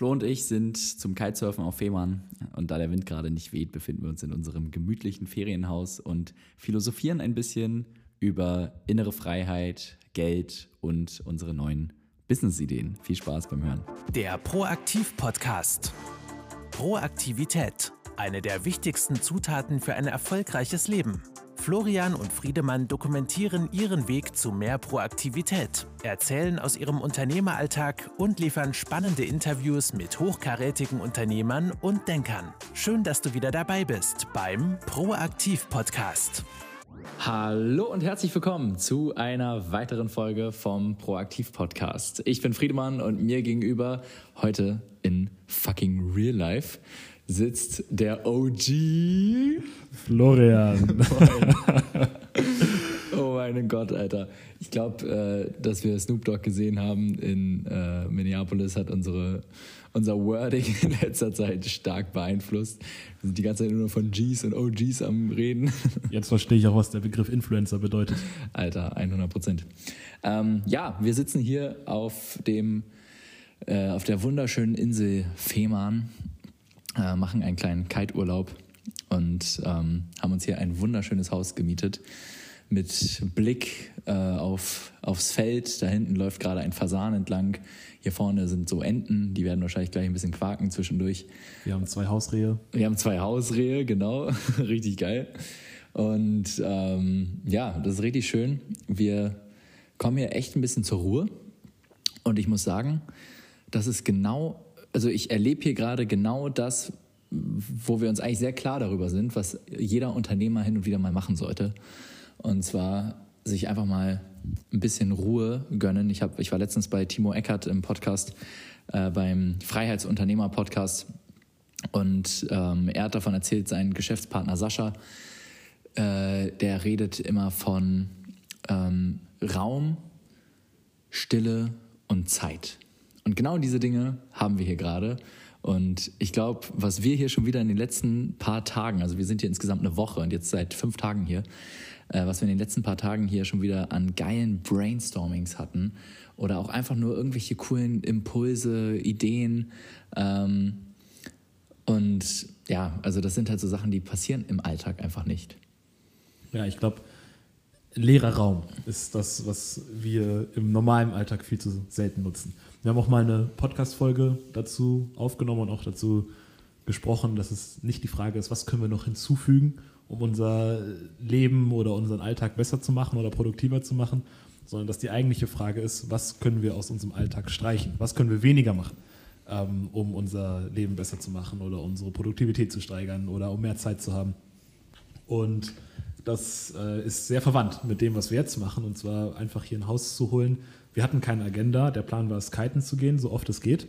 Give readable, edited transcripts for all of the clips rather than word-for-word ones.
Flo und ich sind zum Kitesurfen auf Fehmarn und da der Wind gerade nicht weht, befinden wir uns in unserem gemütlichen Ferienhaus und philosophieren ein bisschen über innere Freiheit, Geld und unsere neuen Business-Ideen. Viel Spaß beim Hören. Der Proaktiv-Podcast. Proaktivität, eine der wichtigsten Zutaten für ein erfolgreiches Leben. Florian und Friedemann dokumentieren ihren Weg zu mehr Proaktivität, erzählen aus ihrem Unternehmeralltag und liefern spannende Interviews mit hochkarätigen Unternehmern und Denkern. Schön, dass du wieder dabei bist beim Proaktiv-Podcast. Hallo und herzlich willkommen zu einer weiteren Folge vom Proaktiv-Podcast. Ich bin Friedemann und mir gegenüber heute in fucking real life sitzt der OG Florian. Oh mein Gott, Alter. Ich glaube, dass wir Snoop Dogg gesehen haben in Minneapolis, hat unser Wording in letzter Zeit stark beeinflusst. Wir sind die ganze Zeit nur von Gs und OGs am Reden. Jetzt verstehe ich auch, was der Begriff Influencer bedeutet. Alter, 100%. Ja, wir sitzen hier auf der wunderschönen Insel Fehmarn, machen einen kleinen Kite-Urlaub und haben uns hier ein wunderschönes Haus gemietet mit Blick aufs Feld. Da hinten läuft gerade ein Fasan entlang. Hier vorne sind so Enten, die werden wahrscheinlich gleich ein bisschen quaken zwischendurch. Wir haben 2 Hausrehe. Genau. Richtig geil. Und ja, das ist richtig schön. Wir kommen hier echt ein bisschen zur Ruhe. Und ich muss sagen, das ist ich erlebe hier gerade genau das, wo wir uns eigentlich sehr klar darüber sind, was jeder Unternehmer hin und wieder mal machen sollte. Und zwar sich einfach mal ein bisschen Ruhe gönnen. Ich war letztens bei Timo Eckert im Podcast, beim Freiheitsunternehmer-Podcast. Und er hat davon erzählt, sein Geschäftspartner Sascha, der redet immer von Raum, Stille und Zeit. Und genau diese Dinge haben wir hier gerade. Und ich glaube, was wir hier schon wieder in den letzten paar Tagen, also wir sind hier insgesamt eine Woche und jetzt seit 5 Tagen hier, was wir in den letzten paar Tagen hier schon wieder an geilen Brainstormings hatten oder auch einfach nur irgendwelche coolen Impulse, Ideen. Und ja, also das sind halt so Sachen, die passieren im Alltag einfach nicht. Ja, ich glaube, leerer Raum ist das, was wir im normalen Alltag viel zu selten nutzen. Wir haben auch mal eine Podcast-Folge dazu aufgenommen und auch dazu gesprochen, dass es nicht die Frage ist, was können wir noch hinzufügen, um unser Leben oder unseren Alltag besser zu machen oder produktiver zu machen, sondern dass die eigentliche Frage ist, was können wir aus unserem Alltag streichen, was können wir weniger machen, um unser Leben besser zu machen oder unsere Produktivität zu steigern oder um mehr Zeit zu haben. Und das ist sehr verwandt mit dem, was wir jetzt machen, und zwar einfach hier ein Haus zu holen. Wir hatten keine Agenda, der Plan war es, kiten zu gehen, so oft es geht.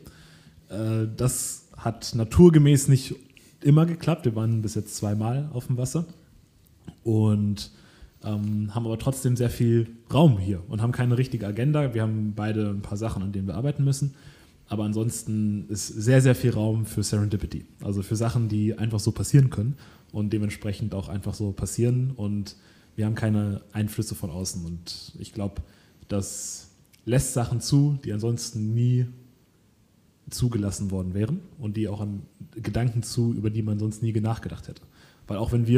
Das hat naturgemäß nicht immer geklappt, wir waren bis jetzt 2-mal auf dem Wasser und haben aber trotzdem sehr viel Raum hier und haben keine richtige Agenda. Wir haben beide ein paar Sachen, an denen wir arbeiten müssen, aber ansonsten ist sehr, sehr viel Raum für Serendipity, also für Sachen, die einfach so passieren können und dementsprechend auch einfach so passieren, und wir haben keine Einflüsse von außen, und ich glaube, das lässt Sachen zu, die ansonsten nie zugelassen worden wären und die auch an Gedanken zu, über die man sonst nie nachgedacht hätte. Weil auch wenn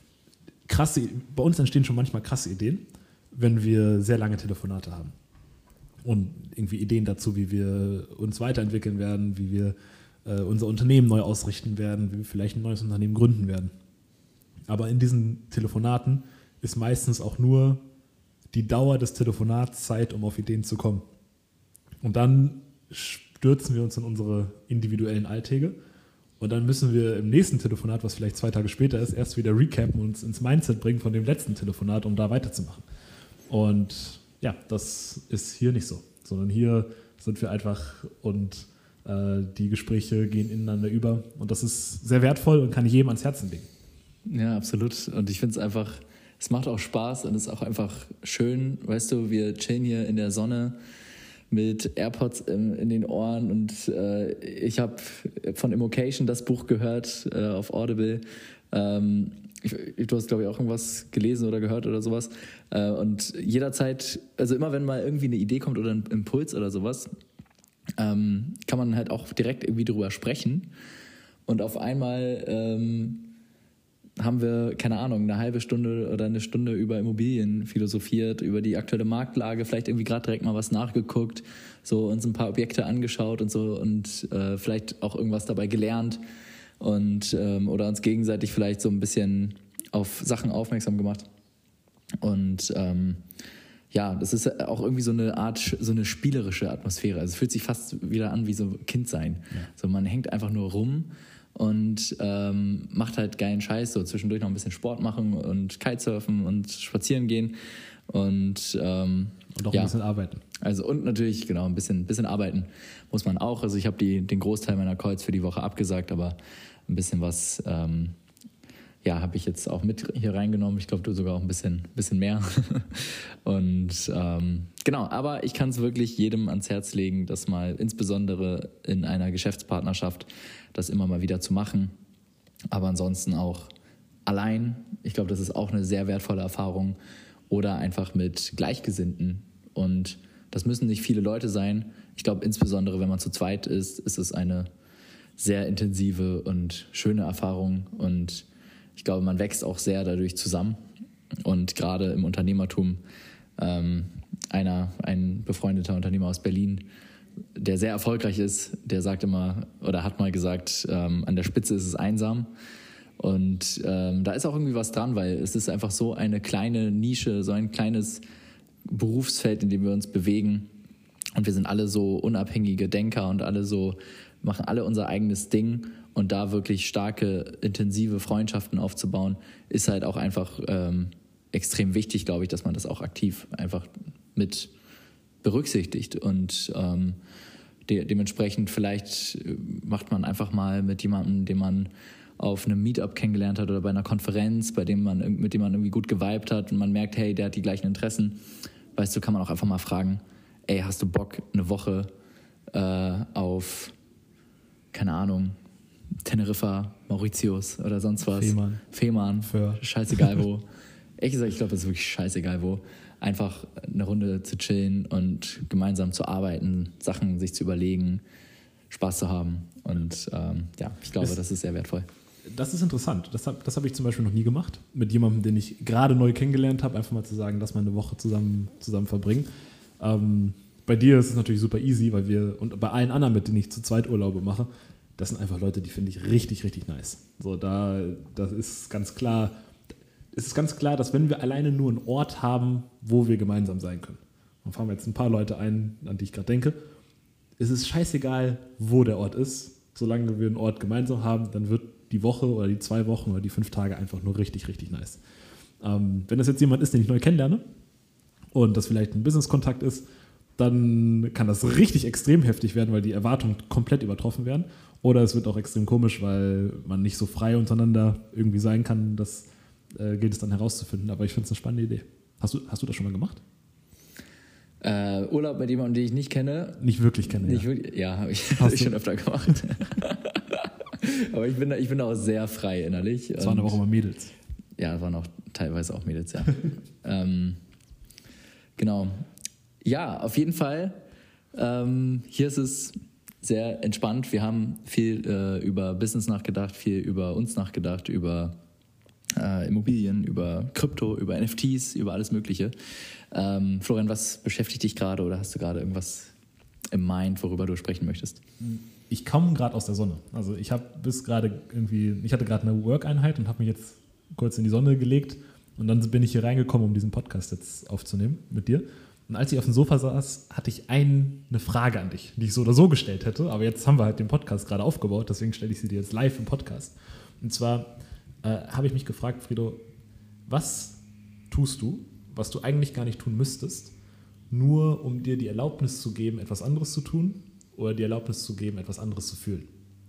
bei uns entstehen schon manchmal krasse Ideen, wenn wir sehr lange Telefonate haben und irgendwie Ideen dazu, wie wir uns weiterentwickeln werden, wie wir unser Unternehmen neu ausrichten werden, wie wir vielleicht ein neues Unternehmen gründen werden. Aber in diesen Telefonaten ist meistens auch nur die Dauer des Telefonats Zeit, um auf Ideen zu kommen. Und dann stürzen wir uns in unsere individuellen Alltäge und dann müssen wir im nächsten Telefonat, was vielleicht 2 Tage später ist, erst wieder recappen und uns ins Mindset bringen von dem letzten Telefonat, um da weiterzumachen. Und ja, das ist hier nicht so, sondern hier sind wir einfach und die Gespräche gehen ineinander über, und das ist sehr wertvoll und kann ich jedem ans Herzen legen. Ja, absolut. Und ich finde es einfach, es macht auch Spaß und ist auch einfach schön. Weißt du, wir chillen hier in der Sonne mit AirPods in den Ohren und ich habe von Immocation das Buch gehört auf Audible. Du hast, glaube ich, auch irgendwas gelesen oder gehört oder sowas. Und jederzeit, also immer wenn mal irgendwie eine Idee kommt oder ein Impuls oder sowas, kann man halt auch direkt irgendwie drüber sprechen. Und auf einmal haben wir, keine Ahnung, eine halbe Stunde oder eine Stunde über Immobilien philosophiert, über die aktuelle Marktlage, vielleicht irgendwie gerade direkt mal was nachgeguckt, so uns ein paar Objekte angeschaut und so und vielleicht auch irgendwas dabei gelernt und oder uns gegenseitig vielleicht so ein bisschen auf Sachen aufmerksam gemacht. Und das ist auch irgendwie so eine Art, so eine spielerische Atmosphäre. Also es fühlt sich fast wieder an wie so Kind sein. Ja. So, man hängt einfach nur rum und macht halt geilen Scheiß, so zwischendurch noch ein bisschen Sport machen und Kitesurfen und spazieren gehen und auch ein bisschen arbeiten. Also und natürlich, genau, ein bisschen arbeiten muss man auch. Also ich habe den Großteil meiner Calls für die Woche abgesagt, aber ein bisschen was habe ich jetzt auch mit hier reingenommen. Ich glaube, du sogar auch ein bisschen mehr. Und genau, aber ich kann es wirklich jedem ans Herz legen, das mal insbesondere in einer Geschäftspartnerschaft das immer mal wieder zu machen. Aber ansonsten auch allein. Ich glaube, das ist auch eine sehr wertvolle Erfahrung. Oder einfach mit Gleichgesinnten. Und das müssen nicht viele Leute sein. Ich glaube, insbesondere wenn man zu zweit ist, ist es eine sehr intensive und schöne Erfahrung. Und ich glaube, man wächst auch sehr dadurch zusammen. Und gerade im Unternehmertum, ein befreundeter Unternehmer aus Berlin, der sehr erfolgreich ist, der sagt immer oder hat mal gesagt, an der Spitze ist es einsam. Und da ist auch irgendwie was dran, weil es ist einfach so eine kleine Nische, so ein kleines Berufsfeld, in dem wir uns bewegen. Und wir sind alle so unabhängige Denker und machen alle unser eigenes Ding. Und da wirklich starke, intensive Freundschaften aufzubauen, ist halt auch einfach extrem wichtig, glaube ich, dass man das auch aktiv einfach mit berücksichtigt. Und dementsprechend vielleicht macht man einfach mal mit jemandem, den man auf einem Meetup kennengelernt hat oder bei einer Konferenz, mit dem man irgendwie gut geweibt hat und man merkt, hey, der hat die gleichen Interessen. Weißt du, kann man auch einfach mal fragen, ey, hast du Bock, eine Woche auf, keine Ahnung, Teneriffa, Mauritius oder sonst was. Fehmarn. Scheißegal wo. Ehrlich gesagt, ich glaube, das ist wirklich scheißegal wo. Einfach eine Runde zu chillen und gemeinsam zu arbeiten, Sachen sich zu überlegen, Spaß zu haben. Und ich glaube, das ist sehr wertvoll. Das ist interessant. Das hab ich zum Beispiel noch nie gemacht. Mit jemandem, den ich gerade neu kennengelernt habe, einfach mal zu sagen, lass mal eine Woche zusammen verbringen. Bei dir ist es natürlich super easy, und bei allen anderen, mit denen ich zu zweit Urlaube mache, das sind einfach Leute, die finde ich richtig, richtig nice. So, das ist ganz klar. Es ist ganz klar, dass wenn wir alleine nur einen Ort haben, wo wir gemeinsam sein können. Dann fahren wir jetzt ein paar Leute ein, an die ich gerade denke. Es ist scheißegal, wo der Ort ist. Solange wir einen Ort gemeinsam haben, dann wird die Woche oder die 2 Wochen oder die 5 Tage einfach nur richtig, richtig nice. Wenn das jetzt jemand ist, den ich neu kennenlerne und das vielleicht ein Business-Kontakt ist, dann kann das richtig extrem heftig werden, weil die Erwartungen komplett übertroffen werden. Oder es wird auch extrem komisch, weil man nicht so frei untereinander irgendwie sein kann. Das gilt es dann herauszufinden. Aber ich finde es eine spannende Idee. Hast du das schon mal gemacht? Urlaub mit jemandem, den ich nicht kenne? Nicht wirklich kenne, ja. Habe ich schon öfter gemacht. Aber ich bin da auch sehr frei innerlich. Es waren aber auch immer Mädels. Ja, es waren auch teilweise auch Mädels, ja. Genau. Ja, auf jeden Fall. Hier ist es sehr entspannt. Wir haben viel über Business nachgedacht, viel über uns nachgedacht, über Immobilien, über Krypto, über NFTs, über alles Mögliche. Florian, was beschäftigt dich gerade oder hast du gerade irgendwas im Mind, worüber du sprechen möchtest? Ich komme gerade aus der Sonne. Also ich hatte gerade eine Work-Einheit und habe mich jetzt kurz in die Sonne gelegt und dann bin ich hier reingekommen, um diesen Podcast jetzt aufzunehmen mit dir. Und als ich auf dem Sofa saß, hatte ich eine Frage an dich, die ich so oder so gestellt hätte, aber jetzt haben wir halt den Podcast gerade aufgebaut, deswegen stelle ich sie dir jetzt live im Podcast. Und zwar habe ich mich gefragt, Frido, was tust du, was du eigentlich gar nicht tun müsstest, nur um dir die Erlaubnis zu geben, etwas anderes zu tun oder die Erlaubnis zu geben, etwas anderes zu fühlen?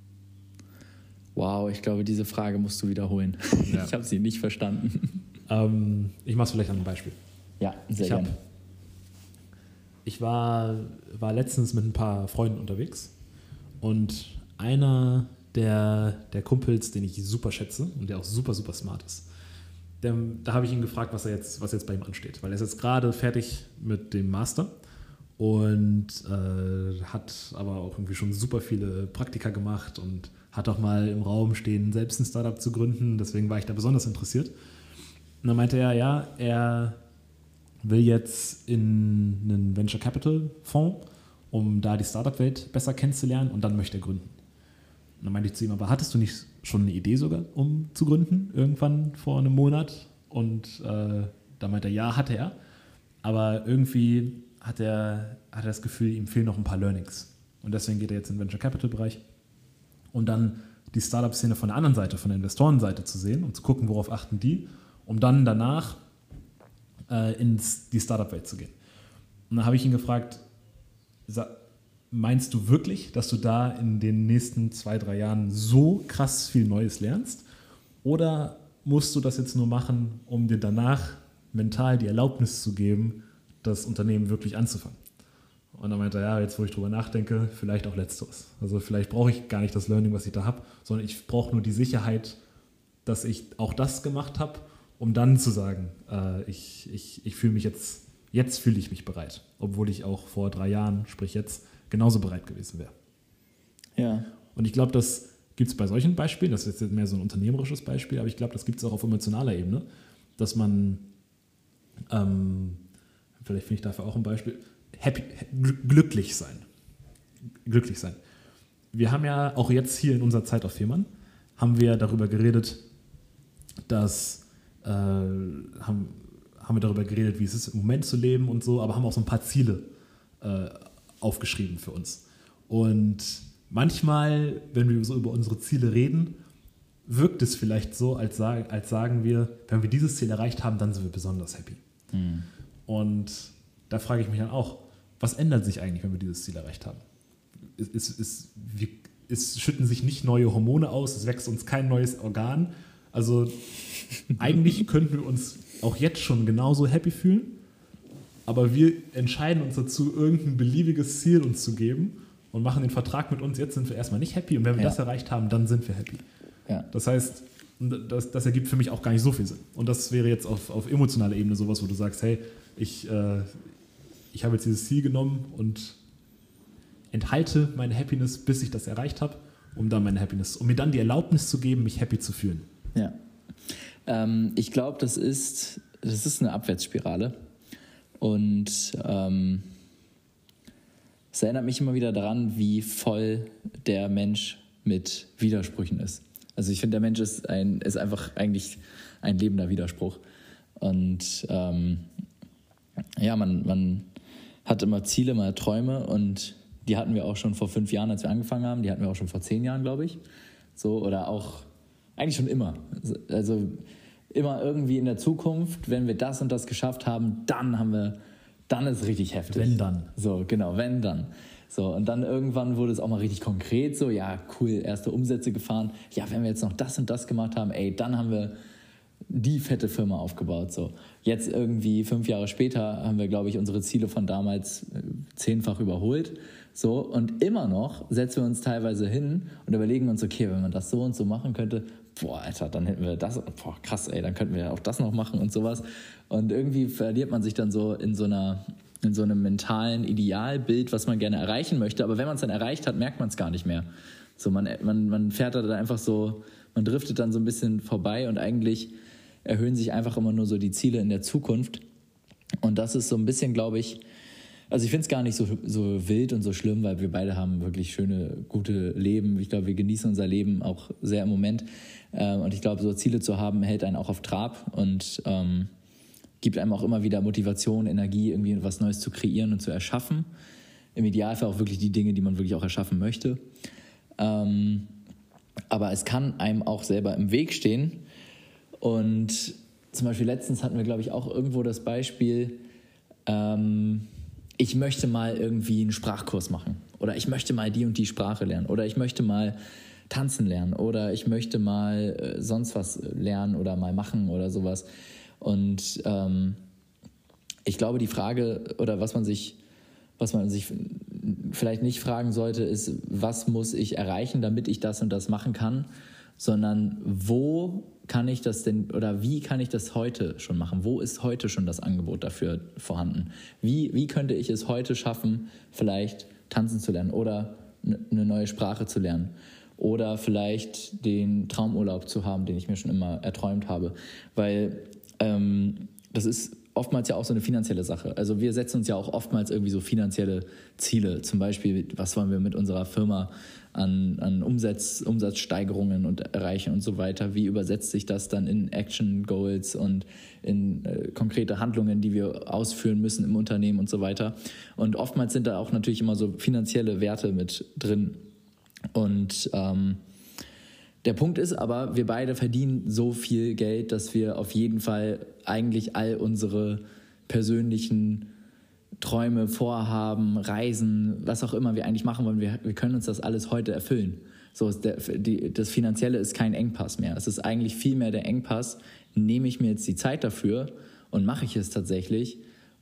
Wow, ich glaube, diese Frage musst du wiederholen. Ja. Ich habe sie nicht verstanden. Ich mache es vielleicht an einem Beispiel. Ja, sehr gerne. Ich war letztens mit ein paar Freunden unterwegs und einer der Kumpels, den ich super schätze und der auch super, super smart ist, da habe ich ihn gefragt, was jetzt bei ihm ansteht. Weil er ist jetzt gerade fertig mit dem Master und hat aber auch irgendwie schon super viele Praktika gemacht und hat auch mal im Raum stehen, selbst ein Startup zu gründen. Deswegen war ich da besonders interessiert. Und dann meinte er, ja, er will jetzt in einen Venture Capital Fonds, um da die Startup-Welt besser kennenzulernen, und dann möchte er gründen. Und dann meinte ich zu ihm, aber hattest du nicht schon eine Idee sogar, um zu gründen, irgendwann vor einem Monat? Und da meinte er, ja, hatte er. Aber irgendwie hat er das Gefühl, ihm fehlen noch ein paar Learnings. Und deswegen geht er jetzt in den Venture Capital-Bereich, um dann die Startup-Szene von der anderen Seite, von der Investorenseite zu sehen und zu gucken, worauf achten die, um dann danach in die Startup-Welt zu gehen. Und dann habe ich ihn gefragt, meinst du wirklich, dass du da in den nächsten 2-3 Jahren so krass viel Neues lernst? Oder musst du das jetzt nur machen, um dir danach mental die Erlaubnis zu geben, das Unternehmen wirklich anzufangen? Und dann meinte er, ja, jetzt wo ich drüber nachdenke, vielleicht auch Letzteres. Also vielleicht brauche ich gar nicht das Learning, was ich da habe, sondern ich brauche nur die Sicherheit, dass ich auch das gemacht habe, um dann zu sagen, ich fühle mich jetzt fühle ich mich bereit, obwohl ich auch vor 3 Jahren, sprich jetzt, genauso bereit gewesen wäre. Ja. Und ich glaube, das gibt es bei solchen Beispielen, das ist jetzt mehr so ein unternehmerisches Beispiel, aber ich glaube, das gibt es auch auf emotionaler Ebene, dass man, vielleicht finde ich dafür auch ein Beispiel, glücklich sein. Glücklich sein. Wir haben ja auch jetzt hier in unserer Zeit auf Fehmarn, haben wir darüber geredet, haben wir darüber geredet, wie es ist, im Moment zu leben und so, aber haben auch so ein paar Ziele aufgeschrieben für uns. Und manchmal, wenn wir so über unsere Ziele reden, wirkt es vielleicht so, als sagen wir, wenn wir dieses Ziel erreicht haben, dann sind wir besonders happy. Mhm. Und da frage ich mich dann auch, was ändert sich eigentlich, wenn wir dieses Ziel erreicht haben? Es schütten sich nicht neue Hormone aus, es wächst uns kein neues Organ. Also eigentlich könnten wir uns auch jetzt schon genauso happy fühlen, aber wir entscheiden uns dazu, irgendein beliebiges Ziel uns zu geben und machen den Vertrag mit uns, jetzt sind wir erstmal nicht happy, und wenn wir das erreicht haben, dann sind wir happy. Ja. Das heißt, das ergibt für mich auch gar nicht so viel Sinn. Und das wäre jetzt auf emotionaler Ebene sowas, wo du sagst, hey, ich habe jetzt dieses Ziel genommen und enthalte meine Happiness, bis ich das erreicht habe, um mir dann die Erlaubnis zu geben, mich happy zu fühlen. Ja. Ich glaube, das ist eine Abwärtsspirale. Und es erinnert mich immer wieder daran, wie voll der Mensch mit Widersprüchen ist. Also ich finde, der Mensch ist einfach eigentlich ein lebender Widerspruch. Und man hat immer Ziele, mal Träume, und die hatten wir auch schon vor 5 Jahren, als wir angefangen haben. Die hatten wir auch schon vor 10 Jahren, glaube ich. So, oder auch eigentlich schon immer. Also immer irgendwie in der Zukunft, wenn wir das und das geschafft haben, dann ist es richtig heftig. Wenn dann. So, genau, wenn dann. So, und dann irgendwann wurde es auch mal richtig konkret, so, ja, cool, erste Umsätze gefahren. Ja, wenn wir jetzt noch das und das gemacht haben, dann haben wir die fette Firma aufgebaut. So. Jetzt irgendwie 5 Jahre später haben wir, glaube ich, unsere Ziele von damals 10-fach überholt. So, und immer noch setzen wir uns teilweise hin und überlegen uns, okay, wenn man das so und so machen könnte, Alter, dann hätten wir das, krass, dann könnten wir auch das noch machen und sowas. Und irgendwie verliert man sich dann so in so einem mentalen Idealbild, was man gerne erreichen möchte. Aber wenn man es dann erreicht hat, merkt man es gar nicht mehr. So, man fährt da dann einfach so, man driftet dann so ein bisschen vorbei, und eigentlich erhöhen sich einfach immer nur so die Ziele in der Zukunft. Und das ist so ein bisschen, glaube ich, also ich finde es gar nicht so wild und so schlimm, weil wir beide haben wirklich schöne, gute Leben. Ich glaube, wir genießen unser Leben auch sehr im Moment. Und ich glaube, so Ziele zu haben, hält einen auch auf Trab und gibt einem auch immer wieder Motivation, Energie, irgendwie was Neues zu kreieren und zu erschaffen. Im Idealfall auch wirklich die Dinge, die man wirklich auch erschaffen möchte. Aber es kann einem auch selber im Weg stehen. Und zum Beispiel letztens hatten wir, glaube ich, auch irgendwo das Beispiel, ich möchte mal irgendwie einen Sprachkurs machen, oder ich möchte mal die und die Sprache lernen, oder ich möchte mal tanzen lernen, oder ich möchte mal sonst was lernen oder mal machen oder sowas. Und ich glaube, die Frage, oder was man sich vielleicht nicht fragen sollte, ist, was muss ich erreichen, damit ich das und das machen kann, sondern wo kann ich das denn oder wie kann ich das heute schon machen? Wo ist heute schon das Angebot dafür vorhanden? Wie könnte ich es heute schaffen, vielleicht tanzen zu lernen oder eine neue Sprache zu lernen oder vielleicht den Traumurlaub zu haben, den ich mir schon immer erträumt habe? Weil das ist oftmals ja auch so eine finanzielle Sache. Also wir setzen uns ja auch oftmals irgendwie so finanzielle Ziele. Zum Beispiel, was wollen wir mit unserer Firma an Umsatzsteigerungen und erreichen und so weiter. Wie übersetzt sich das dann in Action Goals und in konkrete Handlungen, die wir ausführen müssen im Unternehmen und so weiter. Und oftmals sind da auch natürlich immer so finanzielle Werte mit drin. Und der Punkt ist aber, wir beide verdienen so viel Geld, dass wir auf jeden Fall eigentlich all unsere persönlichen Träume, Vorhaben, Reisen, was auch immer wir eigentlich machen wollen, wir können uns das alles heute erfüllen. So ist das Finanzielle ist kein Engpass mehr. Es ist eigentlich viel mehr der Engpass, nehme ich mir jetzt die Zeit dafür und mache ich es tatsächlich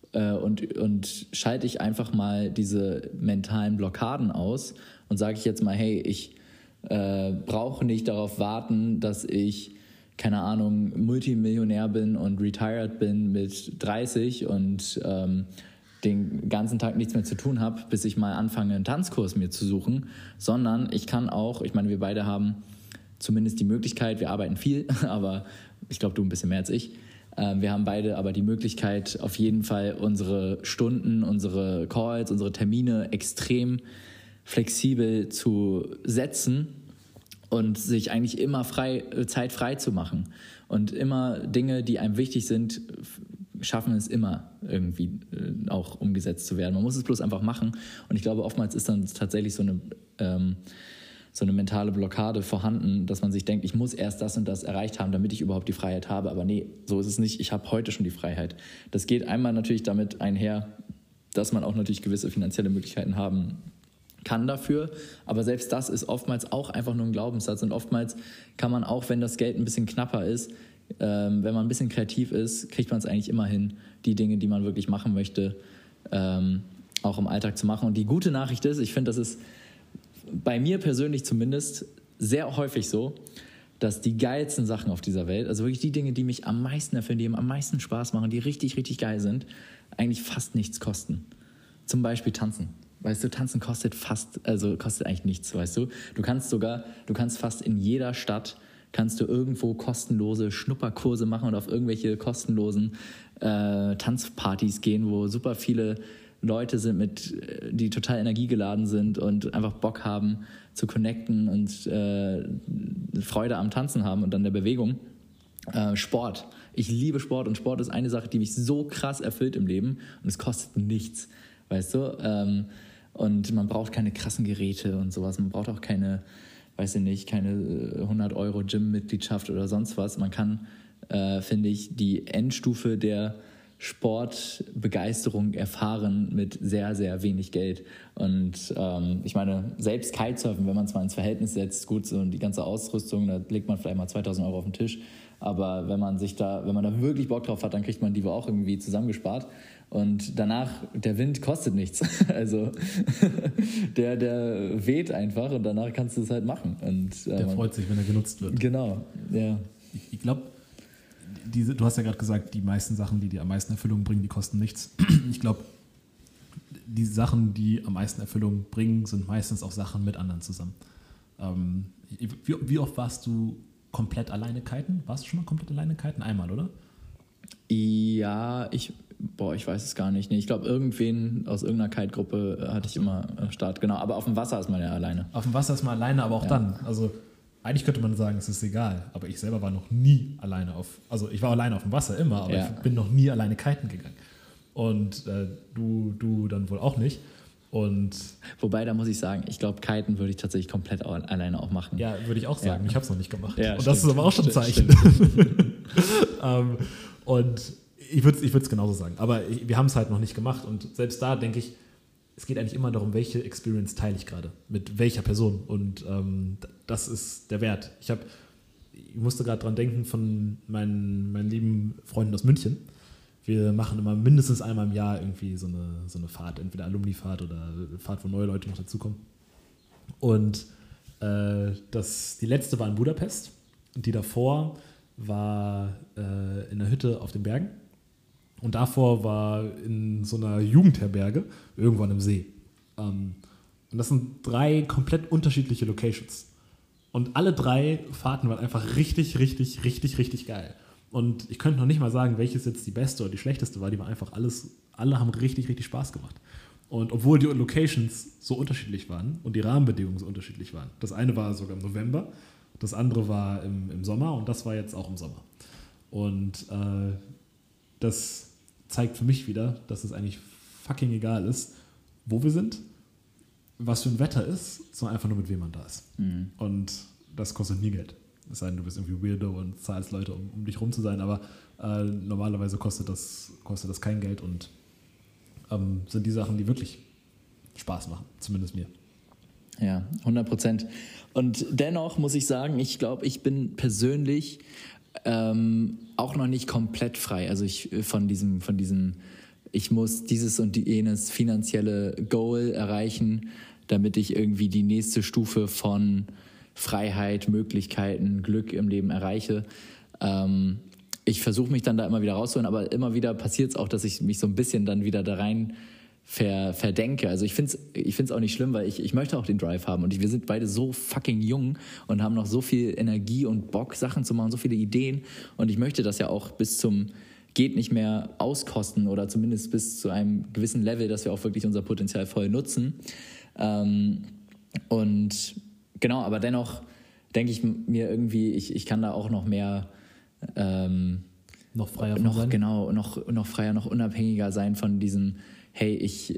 und schalte ich einfach mal diese mentalen Blockaden aus und sage ich jetzt mal, hey, ich brauche nicht darauf warten, dass ich, keine Ahnung, Multimillionär bin und retired bin mit 30 und den ganzen Tag nichts mehr zu tun habe, bis ich mal anfange, einen Tanzkurs mir zu suchen, sondern ich kann auch, ich meine, wir beide haben zumindest die Möglichkeit, wir arbeiten viel, aber ich glaube, du ein bisschen mehr als ich, wir haben beide aber die Möglichkeit, auf jeden Fall unsere Stunden, unsere Calls, unsere Termine extrem flexibel zu setzen und sich eigentlich immer Zeit frei zu machen. Und immer Dinge, die einem wichtig sind, schaffen es immer irgendwie auch umgesetzt zu werden. Man muss es bloß einfach machen. Und ich glaube, oftmals ist dann tatsächlich so eine mentale Blockade vorhanden, dass man sich denkt, ich muss erst das und das erreicht haben, damit ich überhaupt die Freiheit habe. Aber nee, so ist es nicht. Ich habe heute schon die Freiheit. Das geht einmal natürlich damit einher, dass man auch natürlich gewisse finanzielle Möglichkeiten haben kann dafür, aber selbst das ist oftmals auch einfach nur ein Glaubenssatz und oftmals kann man auch, wenn das Geld ein bisschen knapper ist, wenn man ein bisschen kreativ ist, kriegt man es eigentlich immer hin, die Dinge, die man wirklich machen möchte, auch im Alltag zu machen. Und die gute Nachricht ist, ich finde, das ist bei mir persönlich zumindest sehr häufig so, dass die geilsten Sachen auf dieser Welt, also wirklich die Dinge, die mich am meisten erfüllen, die mir am meisten Spaß machen, die richtig, richtig geil sind, eigentlich fast nichts kosten. Zum Beispiel tanzen. Weißt du, tanzen kostet eigentlich nichts, weißt du. Du kannst fast in jeder Stadt, kannst du irgendwo kostenlose Schnupperkurse machen und auf irgendwelche kostenlosen Tanzpartys gehen, wo super viele Leute sind, die total energiegeladen sind und einfach Bock haben zu connecten und Freude am Tanzen haben und an der Bewegung. Sport. Ich liebe Sport und Sport ist eine Sache, die mich so krass erfüllt im Leben und es kostet nichts, weißt du. Und man braucht keine krassen Geräte und sowas. Man braucht auch keine 100 € Gym-Mitgliedschaft oder sonst was. Man kann, finde ich, die Endstufe der Sportbegeisterung erfahren mit sehr, sehr wenig Geld. Und ich meine, selbst Kitesurfen, wenn man es mal ins Verhältnis setzt, gut, so die ganze Ausrüstung, da legt man vielleicht mal 2.000 € auf den Tisch. Aber wenn man da wirklich Bock drauf hat, dann kriegt man die wohl auch irgendwie zusammengespart. Und danach, der Wind kostet nichts. Also der weht einfach und danach kannst du es halt machen. Und, der freut sich, wenn er genutzt wird. Genau, ja. Ich glaube, du hast ja gerade gesagt, die meisten Sachen, die dir am meisten Erfüllung bringen, die kosten nichts. Ich glaube, die Sachen, die am meisten Erfüllung bringen, sind meistens auch Sachen mit anderen zusammen. Wie oft warst du komplett alleine kiten? Warst du schon mal komplett alleine kiten? Einmal, oder? Ja, ich weiß es gar nicht. Nee, ich glaube, irgendwen aus irgendeiner Kite-Gruppe hatte ich immer am Start. Genau, aber auf dem Wasser ist man ja alleine. Auf dem Wasser ist man alleine, aber auch dann. Also eigentlich könnte man sagen, es ist egal. Aber ich selber war noch nie alleine ich war alleine auf dem Wasser immer, aber ich bin noch nie alleine kiten gegangen. Und du dann wohl auch nicht. Und wobei, da muss ich sagen, ich glaube, Kiten würde ich tatsächlich komplett alleine auch machen. Ja, würde ich auch sagen. Ich habe es noch nicht gemacht. Ja, und stimmt, das ist aber auch schon ein Zeichen. Und ich würde es genauso sagen. Aber wir haben es halt noch nicht gemacht. Und selbst da denke ich, es geht eigentlich immer darum, welche Experience teile ich gerade, mit welcher Person. Und das ist der Wert. Ich musste gerade dran denken von meinen lieben Freunden aus München. wir machen immer mindestens einmal im Jahr irgendwie so eine Fahrt, entweder Alumni-Fahrt oder Fahrt, wo neue Leute noch dazukommen. Und die letzte war in Budapest und die davor war in einer Hütte auf den Bergen und davor war in so einer Jugendherberge irgendwo an einem See. Und das sind 3 komplett unterschiedliche Locations. Und alle 3 Fahrten waren einfach richtig, richtig, richtig, richtig geil. Und ich könnte noch nicht mal sagen, welches jetzt die beste oder die schlechteste war. Die war einfach alle haben richtig, richtig Spaß gemacht. Und obwohl die Locations so unterschiedlich waren und die Rahmenbedingungen so unterschiedlich waren. Das eine war sogar im November, das andere war im Sommer und das war jetzt auch im Sommer. Und das zeigt für mich wieder, dass es eigentlich fucking egal ist, wo wir sind, was für ein Wetter ist, sondern einfach nur mit wem man da ist. Mhm. Und das kostet nie Geld. Es sei denn, du bist irgendwie weirdo und zahlst Leute, um dich rum zu sein, aber normalerweise kostet das kein Geld und sind die Sachen, die wirklich Spaß machen, zumindest mir. Ja, 100%. Und dennoch muss ich sagen, ich glaube, ich bin persönlich auch noch nicht komplett frei. Also von diesem, ich muss dieses und jenes finanzielle Goal erreichen, damit ich irgendwie die nächste Stufe von Freiheit, Möglichkeiten, Glück im Leben erreiche. Ich versuche mich dann da immer wieder rauszuholen, aber immer wieder passiert es auch, dass ich mich so ein bisschen dann wieder da rein verdenke. Also ich find's auch nicht schlimm, weil ich möchte auch den Drive haben und wir sind beide so fucking jung und haben noch so viel Energie und Bock, Sachen zu machen, so viele Ideen und ich möchte das ja auch bis zum geht nicht mehr auskosten oder zumindest bis zu einem gewissen Level, dass wir auch wirklich unser Potenzial voll nutzen. Und genau, aber dennoch denke ich mir irgendwie, ich kann da auch noch mehr noch freier sein? Genau, noch freier, noch unabhängiger sein von diesem, hey, ich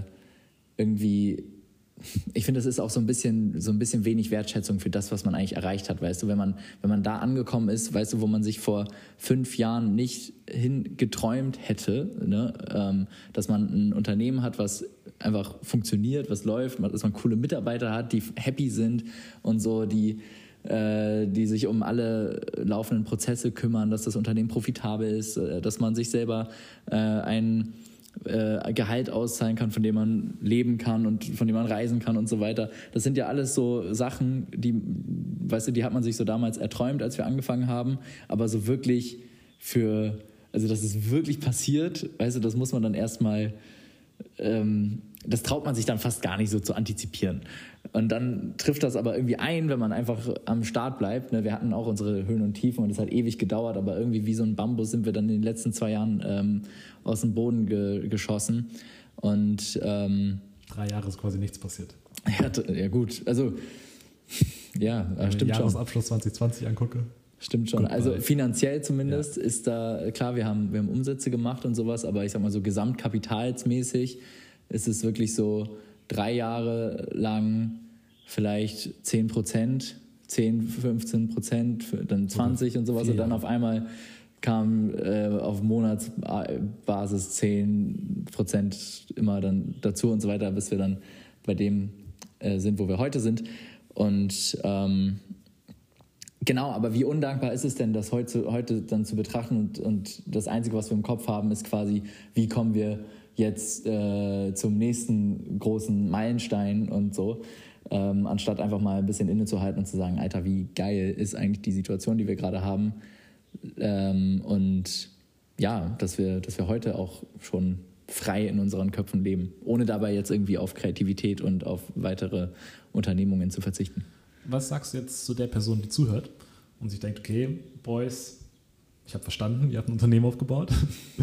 finde, das ist auch so ein bisschen wenig Wertschätzung für das, was man eigentlich erreicht hat, weißt du, wenn man da angekommen ist, weißt du, wo man sich vor 5 Jahren nicht hingeträumt hätte, ne? Dass man ein Unternehmen hat, was einfach funktioniert, was läuft, dass man coole Mitarbeiter hat, die happy sind und so, die sich um alle laufenden Prozesse kümmern, dass das Unternehmen profitabel ist, dass man sich selber ein Gehalt auszahlen kann, von dem man leben kann und von dem man reisen kann und so weiter. Das sind ja alles so Sachen, die hat man sich so damals erträumt, als wir angefangen haben, aber so wirklich dass es wirklich passiert, weißt du, das muss man dann erstmal, das traut man sich dann fast gar nicht so zu antizipieren. Und dann trifft das aber irgendwie ein, wenn man einfach am Start bleibt. Ne? Wir hatten auch unsere Höhen und Tiefen und es hat ewig gedauert, aber irgendwie wie so ein Bambus sind wir dann in den letzten 2 Jahren aus dem Boden geschossen. Und 3 Jahre ist quasi nichts passiert. Ja gut, also ja, stimmt schon. Jahresabschluss 2020 angucke. Stimmt schon. Also finanziell zumindest ist da, klar, wir haben Umsätze gemacht und sowas, aber ich sag mal so gesamtkapitalsmäßig ist es wirklich so 3 Jahre lang vielleicht 10%, 10, 15%, dann 20 und sowas und dann auf einmal kam auf Monatsbasis 10% immer dann dazu und so weiter, bis wir dann bei dem sind, wo wir heute sind. Und genau, aber wie undankbar ist es denn, das heute dann zu betrachten und das Einzige, was wir im Kopf haben, ist quasi, wie kommen wir jetzt zum nächsten großen Meilenstein und so, anstatt einfach mal ein bisschen innezuhalten und zu sagen, Alter, wie geil ist eigentlich die Situation, die wir gerade haben, und ja, dass wir heute auch schon frei in unseren Köpfen leben, ohne dabei jetzt irgendwie auf Kreativität und auf weitere Unternehmungen zu verzichten. Was sagst du jetzt zu der Person, die zuhört und sich denkt, okay, Boys, ich habe verstanden, ihr habt ein Unternehmen aufgebaut,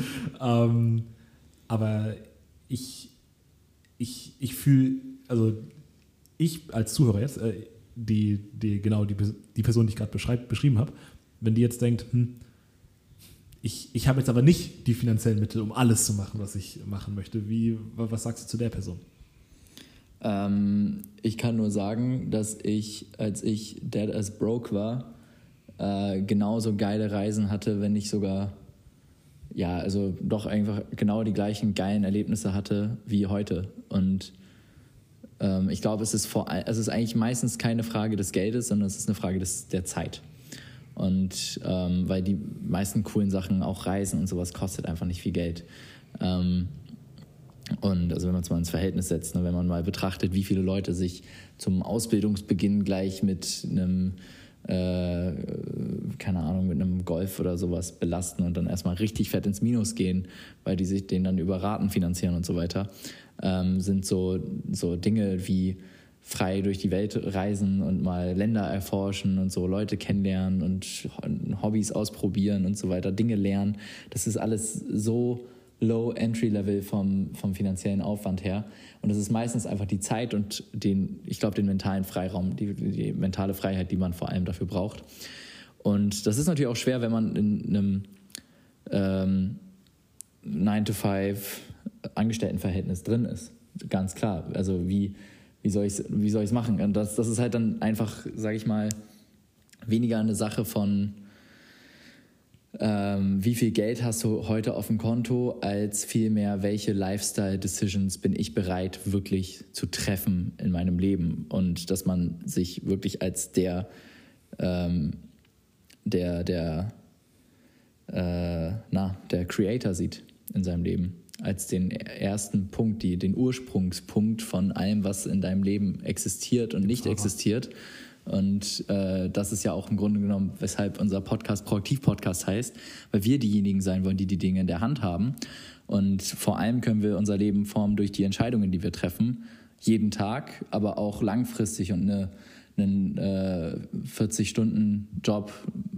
aber ich fühle, also ich als Zuhörer jetzt, die Person, die ich gerade beschrieben habe, wenn die jetzt denkt, ich habe jetzt aber nicht die finanziellen Mittel, um alles zu machen, was ich machen möchte, was sagst du zu der Person? Ich kann nur sagen, dass als ich Dead as Broke war, genauso geile Reisen hatte, wenn nicht sogar, ja, also doch einfach genau die gleichen geilen Erlebnisse hatte wie heute. Und ich glaube, es ist eigentlich meistens keine Frage des Geldes, sondern es ist eine Frage der Zeit. Und weil die meisten coolen Sachen, auch Reisen und sowas, kostet einfach nicht viel Geld. Und also wenn man es mal ins Verhältnis setzt, ne, wenn man mal betrachtet, wie viele Leute sich zum Ausbildungsbeginn gleich mit einem, keine Ahnung, mit einem Golf oder sowas belasten und dann erstmal richtig fett ins Minus gehen, weil die sich den dann über Raten finanzieren und so weiter, sind so Dinge wie frei durch die Welt reisen und mal Länder erforschen und so Leute kennenlernen und Hobbys ausprobieren und so weiter, Dinge lernen. Das ist alles so low entry level vom finanziellen Aufwand her. Und das ist meistens einfach die Zeit und den mentalen Freiraum, die mentale Freiheit, die man vor allem dafür braucht. Und das ist natürlich auch schwer, wenn man in einem 9-to-5 Angestelltenverhältnis drin ist. Ganz klar. Also wie soll ich es machen? Und das ist halt dann einfach, sage ich mal, weniger eine Sache von wie viel Geld hast du heute auf dem Konto, als vielmehr, welche Lifestyle-Decisions bin ich bereit wirklich zu treffen in meinem Leben. Und dass man sich wirklich als der Creator sieht in seinem Leben. Als den ersten Punkt, den Ursprungspunkt von allem, was in deinem Leben existiert und nicht existiert. Und das ist ja auch im Grunde genommen, weshalb unser Podcast Proaktiv-Podcast heißt, weil wir diejenigen sein wollen, die Dinge in der Hand haben. Und vor allem können wir unser Leben formen durch die Entscheidungen, die wir treffen, jeden Tag, aber auch langfristig. Und einen 40-Stunden-Job,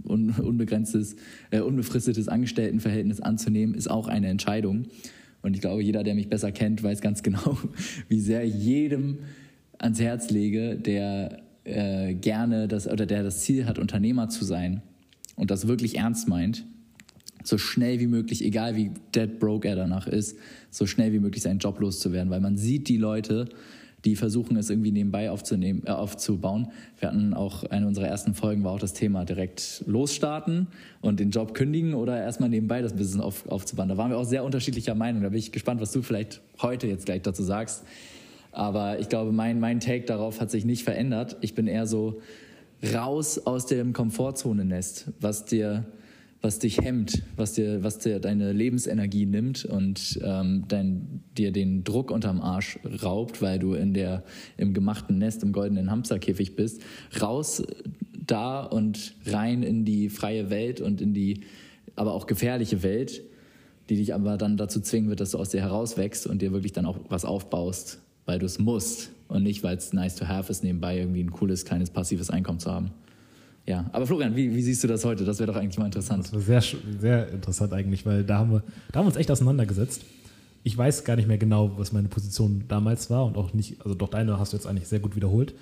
unbefristetes Angestelltenverhältnis anzunehmen, ist auch eine Entscheidung. Und ich glaube, jeder, der mich besser kennt, weiß ganz genau, wie sehr ich jedem ans Herz lege, der der das Ziel hat, Unternehmer zu sein und das wirklich ernst meint, so schnell wie möglich, egal wie dead broke er danach ist, so schnell wie möglich seinen Job loszuwerden, weil man sieht die Leute, die versuchen es irgendwie nebenbei aufzubauen. Wir hatten auch, eine unserer ersten Folgen war auch das Thema direkt losstarten und den Job kündigen oder erstmal nebenbei das Business aufzubauen. Da waren wir auch sehr unterschiedlicher Meinung. Da bin ich gespannt, was du vielleicht heute jetzt gleich dazu sagst. Aber ich glaube, mein Take darauf hat sich nicht verändert. Ich bin eher so raus aus dem Komfortzone-Nest, was dich hemmt, was dir deine Lebensenergie nimmt und dir den Druck unterm Arsch raubt, weil du im gemachten Nest, im goldenen Hamsterkäfig bist. Raus da und rein in die freie Welt und in die aber auch gefährliche Welt, die dich aber dann dazu zwingen wird, dass du aus dir herauswächst und dir wirklich dann auch was aufbaust, weil du es musst und nicht, weil es nice to have ist, nebenbei irgendwie ein cooles, kleines, passives Einkommen zu haben. Ja, aber Florian, wie siehst du das heute? Das wäre doch eigentlich mal interessant. Das war sehr, sehr interessant eigentlich, weil da haben wir uns echt auseinandergesetzt. Ich weiß gar nicht mehr genau, was meine Position damals war und auch nicht, also doch deine hast du jetzt eigentlich sehr gut wiederholt.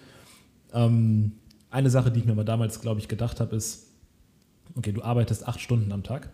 Eine Sache, die ich mir aber damals, glaube ich, gedacht habe, ist, okay, du arbeitest 8 Stunden am Tag.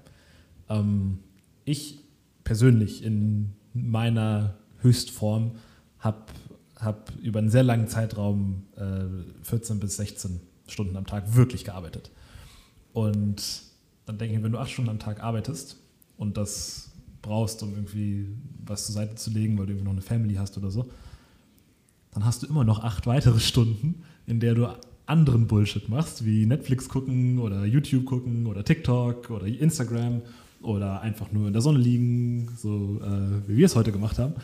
Ich persönlich in meiner Höchstform habe über einen sehr langen Zeitraum 14 bis 16 Stunden am Tag wirklich gearbeitet. Und dann denke ich, wenn du 8 Stunden am Tag arbeitest und das brauchst, um irgendwie was zur Seite zu legen, weil du irgendwie noch eine Family hast oder so, dann hast du immer noch 8 weitere Stunden, in der du anderen Bullshit machst, wie Netflix gucken oder YouTube gucken oder TikTok oder Instagram oder einfach nur in der Sonne liegen, so wie wir es heute gemacht haben.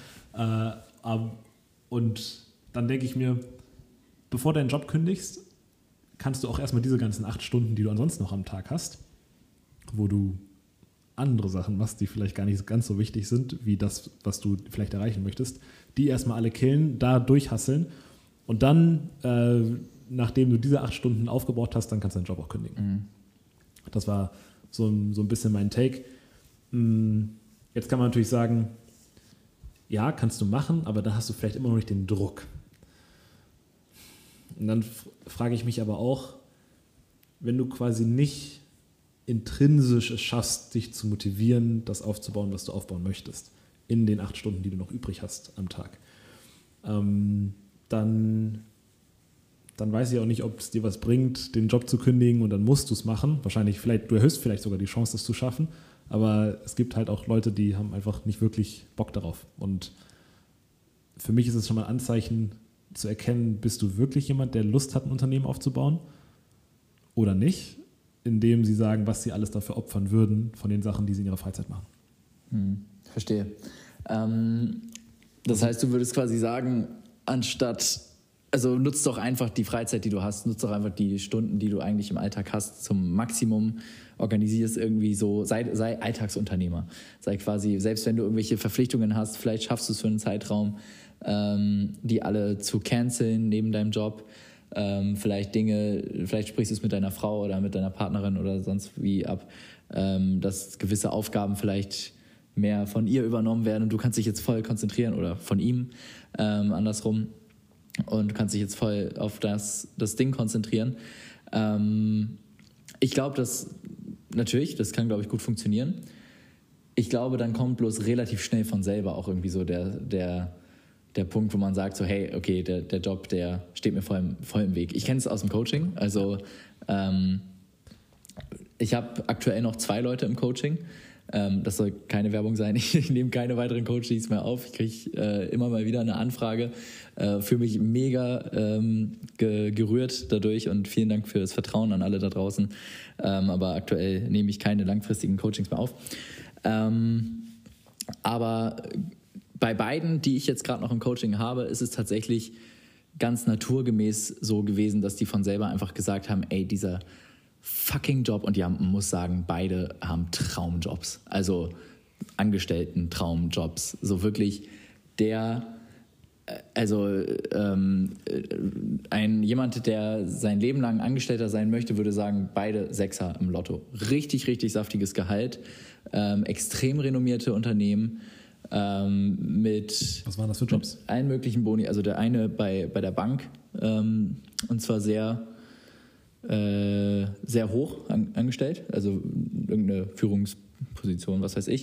Und dann denke ich mir, bevor du deinen Job kündigst, kannst du auch erstmal diese ganzen 8 Stunden, die du ansonsten noch am Tag hast, wo du andere Sachen machst, die vielleicht gar nicht ganz so wichtig sind, wie das, was du vielleicht erreichen möchtest, die erstmal alle killen, da durchhasseln und dann, nachdem du diese 8 Stunden aufgebaut hast, dann kannst du deinen Job auch kündigen. Mhm. Das war so ein bisschen mein Take. Jetzt kann man natürlich sagen, ja, kannst du machen, aber dann hast du vielleicht immer noch nicht den Druck. Und dann frage ich mich aber auch, wenn du quasi nicht intrinsisch es schaffst, dich zu motivieren, das aufzubauen, was du aufbauen möchtest, in den 8 Stunden, die du noch übrig hast am Tag, dann weiß ich auch nicht, ob es dir was bringt, den Job zu kündigen und dann musst du es machen. Du erhöhst vielleicht sogar die Chance, das zu schaffen, aber es gibt halt auch Leute, die haben einfach nicht wirklich Bock darauf. Und für mich ist es schon mal ein Anzeichen zu erkennen, bist du wirklich jemand, der Lust hat, ein Unternehmen aufzubauen oder nicht? indem sie sagen, was sie alles dafür opfern würden von den Sachen, die sie in ihrer Freizeit machen. Verstehe. Das heißt, du würdest quasi sagen, also nutzt doch einfach die Freizeit, die du hast, nutzt doch einfach die Stunden, die du eigentlich im Alltag hast, zum Maximum, organisier es irgendwie so, sei Alltagsunternehmer. Sei quasi, selbst wenn du irgendwelche Verpflichtungen hast, vielleicht schaffst du es für einen Zeitraum, die alle zu canceln neben deinem Job. Vielleicht sprichst du es mit deiner Frau oder mit deiner Partnerin oder sonst wie ab, dass gewisse Aufgaben vielleicht mehr von ihr übernommen werden und du kannst dich jetzt voll konzentrieren oder von ihm andersrum und du kannst dich jetzt voll auf das Ding konzentrieren. Ich glaube, das kann, glaube ich, gut funktionieren. Ich glaube, dann kommt bloß relativ schnell von selber auch irgendwie so der Punkt, wo man sagt so, hey, okay, der Job, der steht mir voll im Weg. Ich kenne es aus dem Coaching, also ich habe aktuell noch 2 Leute im Coaching. Das soll keine Werbung sein, ich nehme keine weiteren Coaches mehr auf. Ich kriege immer mal wieder eine Anfrage, fühle mich mega gerührt dadurch und vielen Dank für das Vertrauen an alle da draußen. Aber aktuell nehme ich keine langfristigen Coachings mehr auf. Aber bei beiden, die ich jetzt gerade noch im Coaching habe, ist es tatsächlich ganz naturgemäß so gewesen, dass die von selber einfach gesagt haben, ey, dieser fucking Job, und man muss sagen, beide haben Traumjobs, also Angestellten-Traumjobs, so wirklich jemand, der sein Leben lang Angestellter sein möchte, würde sagen, beide Sechser im Lotto. Richtig, richtig saftiges Gehalt, extrem renommierte Unternehmen, mit was waren das für Jobs? Allen möglichen Boni, also der eine bei der Bank, und zwar sehr hoch angestellt, also irgendeine Führungsposition, was weiß ich.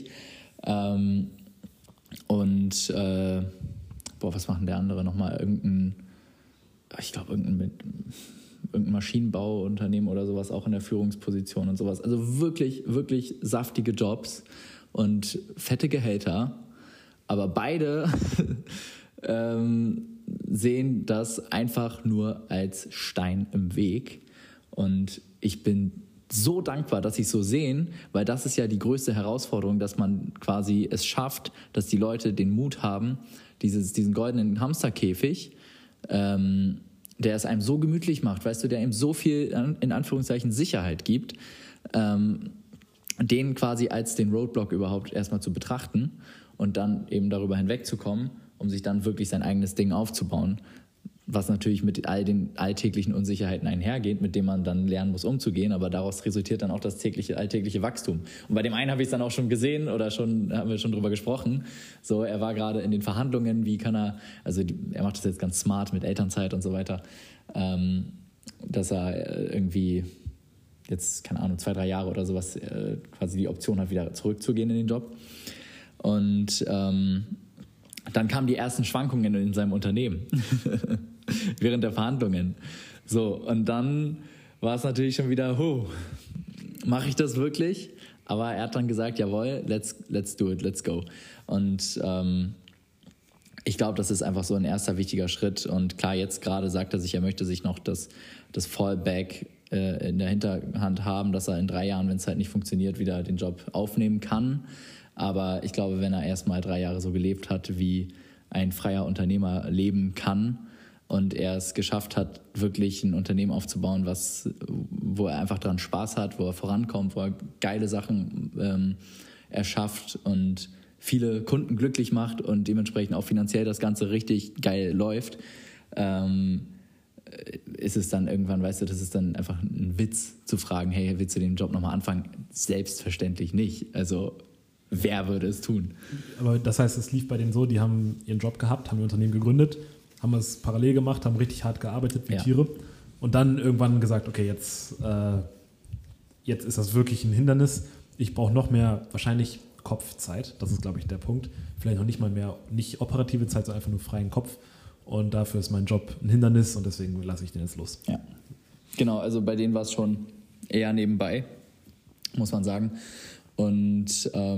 Was macht denn der andere nochmal? Irgendein Maschinenbauunternehmen oder sowas, auch in der Führungsposition und sowas. Also wirklich, wirklich saftige Jobs und fette Gehälter. Aber beide sehen das einfach nur als Stein im Weg. Und ich bin so dankbar, dass sie es so sehen, weil das ist ja die größte Herausforderung, dass man quasi es schafft, dass die Leute den Mut haben, diesen goldenen Hamsterkäfig, der es einem so gemütlich macht, weißt du, der ihm so viel, in Anführungszeichen, Sicherheit gibt, den quasi als den Roadblock überhaupt erstmal zu betrachten und dann eben darüber hinwegzukommen, um sich dann wirklich sein eigenes Ding aufzubauen, was natürlich mit all den alltäglichen Unsicherheiten einhergeht, mit denen man dann lernen muss, umzugehen, aber daraus resultiert dann auch das alltägliche Wachstum. Und bei dem einen habe ich es dann auch schon gesehen oder haben wir schon drüber gesprochen, so, er war gerade in den Verhandlungen, wie kann er, also er macht das jetzt ganz smart mit Elternzeit und so weiter, dass er irgendwie jetzt, keine Ahnung, 2-3 Jahre oder sowas quasi die Option hat, wieder zurückzugehen in den Job. Und dann kamen die ersten Schwankungen in seinem Unternehmen während der Verhandlungen. So, und dann war es natürlich schon wieder, mache ich das wirklich? Aber er hat dann gesagt, jawohl, let's do it, let's go. Und ich glaube, das ist einfach so ein erster wichtiger Schritt. Und klar, jetzt gerade sagt er sich, er möchte sich noch das Fallback in der Hinterhand haben, dass er in 3 Jahren, wenn es halt nicht funktioniert, wieder den Job aufnehmen kann. Aber ich glaube, wenn er erst mal 3 Jahre so gelebt hat, wie ein freier Unternehmer leben kann und er es geschafft hat, wirklich ein Unternehmen aufzubauen, wo er einfach dran Spaß hat, wo er vorankommt, wo er geile Sachen erschafft und viele Kunden glücklich macht und dementsprechend auch finanziell das Ganze richtig geil läuft, ist es dann irgendwann, weißt du, das ist dann einfach ein Witz zu fragen, hey, willst du den Job nochmal anfangen? Selbstverständlich nicht. Also wer würde es tun? Aber das heißt, es lief bei denen so, die haben ihren Job gehabt, haben ihr Unternehmen gegründet, haben es parallel gemacht, haben richtig hart gearbeitet wie Tiere und dann irgendwann gesagt, okay, jetzt ist das wirklich ein Hindernis. Ich brauche noch mehr, wahrscheinlich Kopfzeit. Das ist, glaube ich, der Punkt. Vielleicht noch nicht mal mehr, nicht operative Zeit, sondern einfach nur freien Kopf. Und dafür ist mein Job ein Hindernis und deswegen lasse ich den jetzt los. Ja, genau. Also bei denen war es schon eher nebenbei, muss man sagen. Und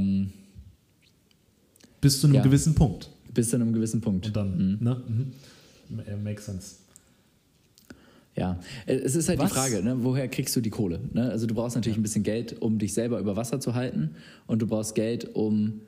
bis zu einem gewissen Punkt. Bis zu einem gewissen Punkt. Und dann, makes sense. Ja, es ist halt Was? die Frage, ne? Woher kriegst du die Kohle? Ne? Also du brauchst natürlich ein bisschen Geld, um dich selber über Wasser zu halten und du brauchst Geld, um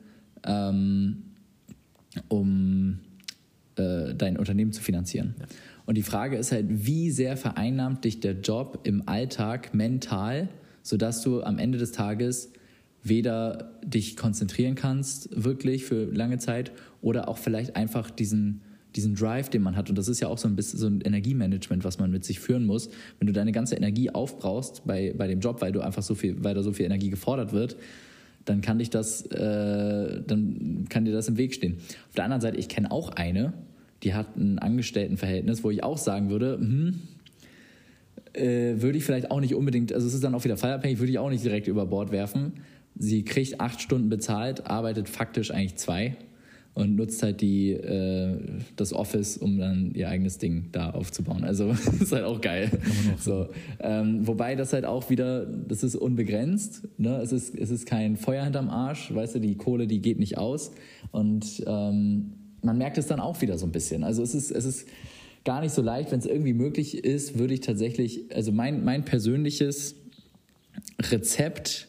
dein Unternehmen zu finanzieren. Ja. Und die Frage ist halt, wie sehr vereinnahmt dich der Job im Alltag mental, sodass du am Ende des Tages weder dich konzentrieren kannst, wirklich für lange Zeit, oder auch vielleicht einfach diesen Drive, den man hat. Und das ist ja auch so ein bisschen so ein Energiemanagement, was man mit sich führen muss. Wenn du deine ganze Energie aufbrauchst bei dem Job, weil da so viel Energie gefordert wird, dann kann dir das im Weg stehen. Auf der anderen Seite, ich kenne auch eine, die hat ein Angestelltenverhältnis, wo ich auch sagen würde, würde ich vielleicht auch nicht unbedingt, also es ist dann auch wieder fallabhängig, würde ich auch nicht direkt über Bord werfen. Sie kriegt 8 Stunden bezahlt, arbeitet faktisch eigentlich 2 und nutzt halt das Office, um dann ihr eigenes Ding da aufzubauen. Also das ist halt auch geil. So, wobei das halt auch wieder, das ist unbegrenzt. Ne? Es ist kein Feuer hinterm Arsch. Weißt du, die Kohle, die geht nicht aus. Und man merkt es dann auch wieder so ein bisschen. Also es ist gar nicht so leicht. Wenn es irgendwie möglich ist, würde ich tatsächlich, also mein persönliches Rezept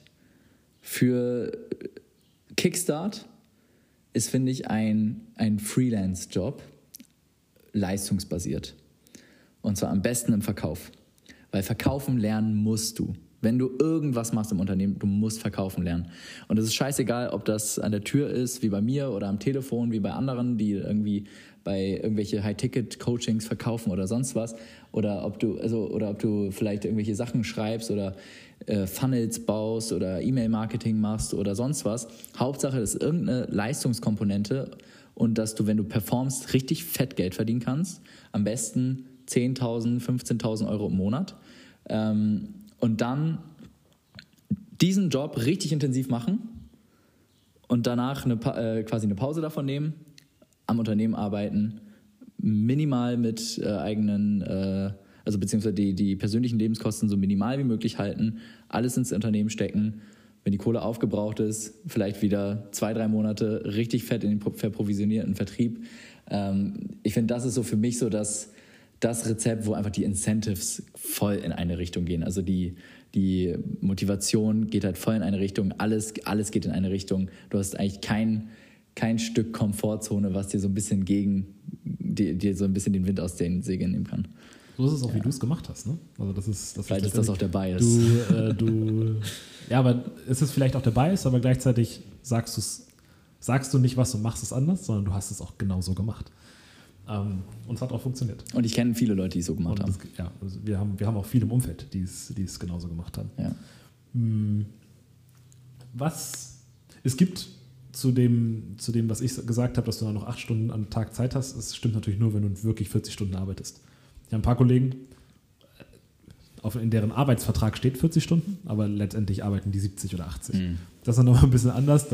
für Kickstart ist, finde ich, ein Freelance-Job, leistungsbasiert. Und zwar am besten im Verkauf. Weil verkaufen lernen musst du. Wenn du irgendwas machst im Unternehmen, du musst verkaufen lernen. Und es ist scheißegal, ob das an der Tür ist, wie bei mir, oder am Telefon, wie bei anderen, die irgendwie bei irgendwelche High-Ticket-Coachings verkaufen oder sonst was. Oder ob du vielleicht irgendwelche Sachen schreibst oder Funnels baust oder E-Mail-Marketing machst oder sonst was. Hauptsache, das ist irgendeine Leistungskomponente und dass du, wenn du performst, richtig fett Geld verdienen kannst. Am besten 10.000, 15.000 Euro im Monat. Und dann diesen Job richtig intensiv machen und danach quasi eine Pause davon nehmen, am Unternehmen arbeiten, minimal mit eigenen, also beziehungsweise die persönlichen Lebenskosten so minimal wie möglich halten, alles ins Unternehmen stecken. Wenn die Kohle aufgebraucht ist, vielleicht wieder 2-3 Monate richtig fett in den verprovisionierten Vertrieb. Ich finde, das ist so für mich so das Rezept, wo einfach die Incentives voll in eine Richtung gehen. Also die Motivation geht halt voll in eine Richtung, alles geht in eine Richtung. Du hast eigentlich kein Stück Komfortzone, was dir so ein bisschen dir so ein bisschen den Wind aus den Segeln nehmen kann. So ist es auch, wie du es gemacht hast, ne? Also vielleicht ist das auch der Bias. Ja, aber es ist vielleicht auch der Bias, aber gleichzeitig sagst du nicht, was du machst, es anders, sondern du hast es auch genau so gemacht. Und es hat auch funktioniert. Und ich kenne viele Leute, die es so gemacht haben. Also wir haben auch viele im Umfeld, die es genauso gemacht haben. Ja. Es gibt zu dem, was ich gesagt habe, dass du noch 8 Stunden am Tag Zeit hast, es stimmt natürlich nur, wenn du wirklich 40 Stunden arbeitest. Ich habe ein paar Kollegen, in deren Arbeitsvertrag steht 40 Stunden, aber letztendlich arbeiten die 70 oder 80. Mhm. Das ist dann nochmal ein bisschen anders,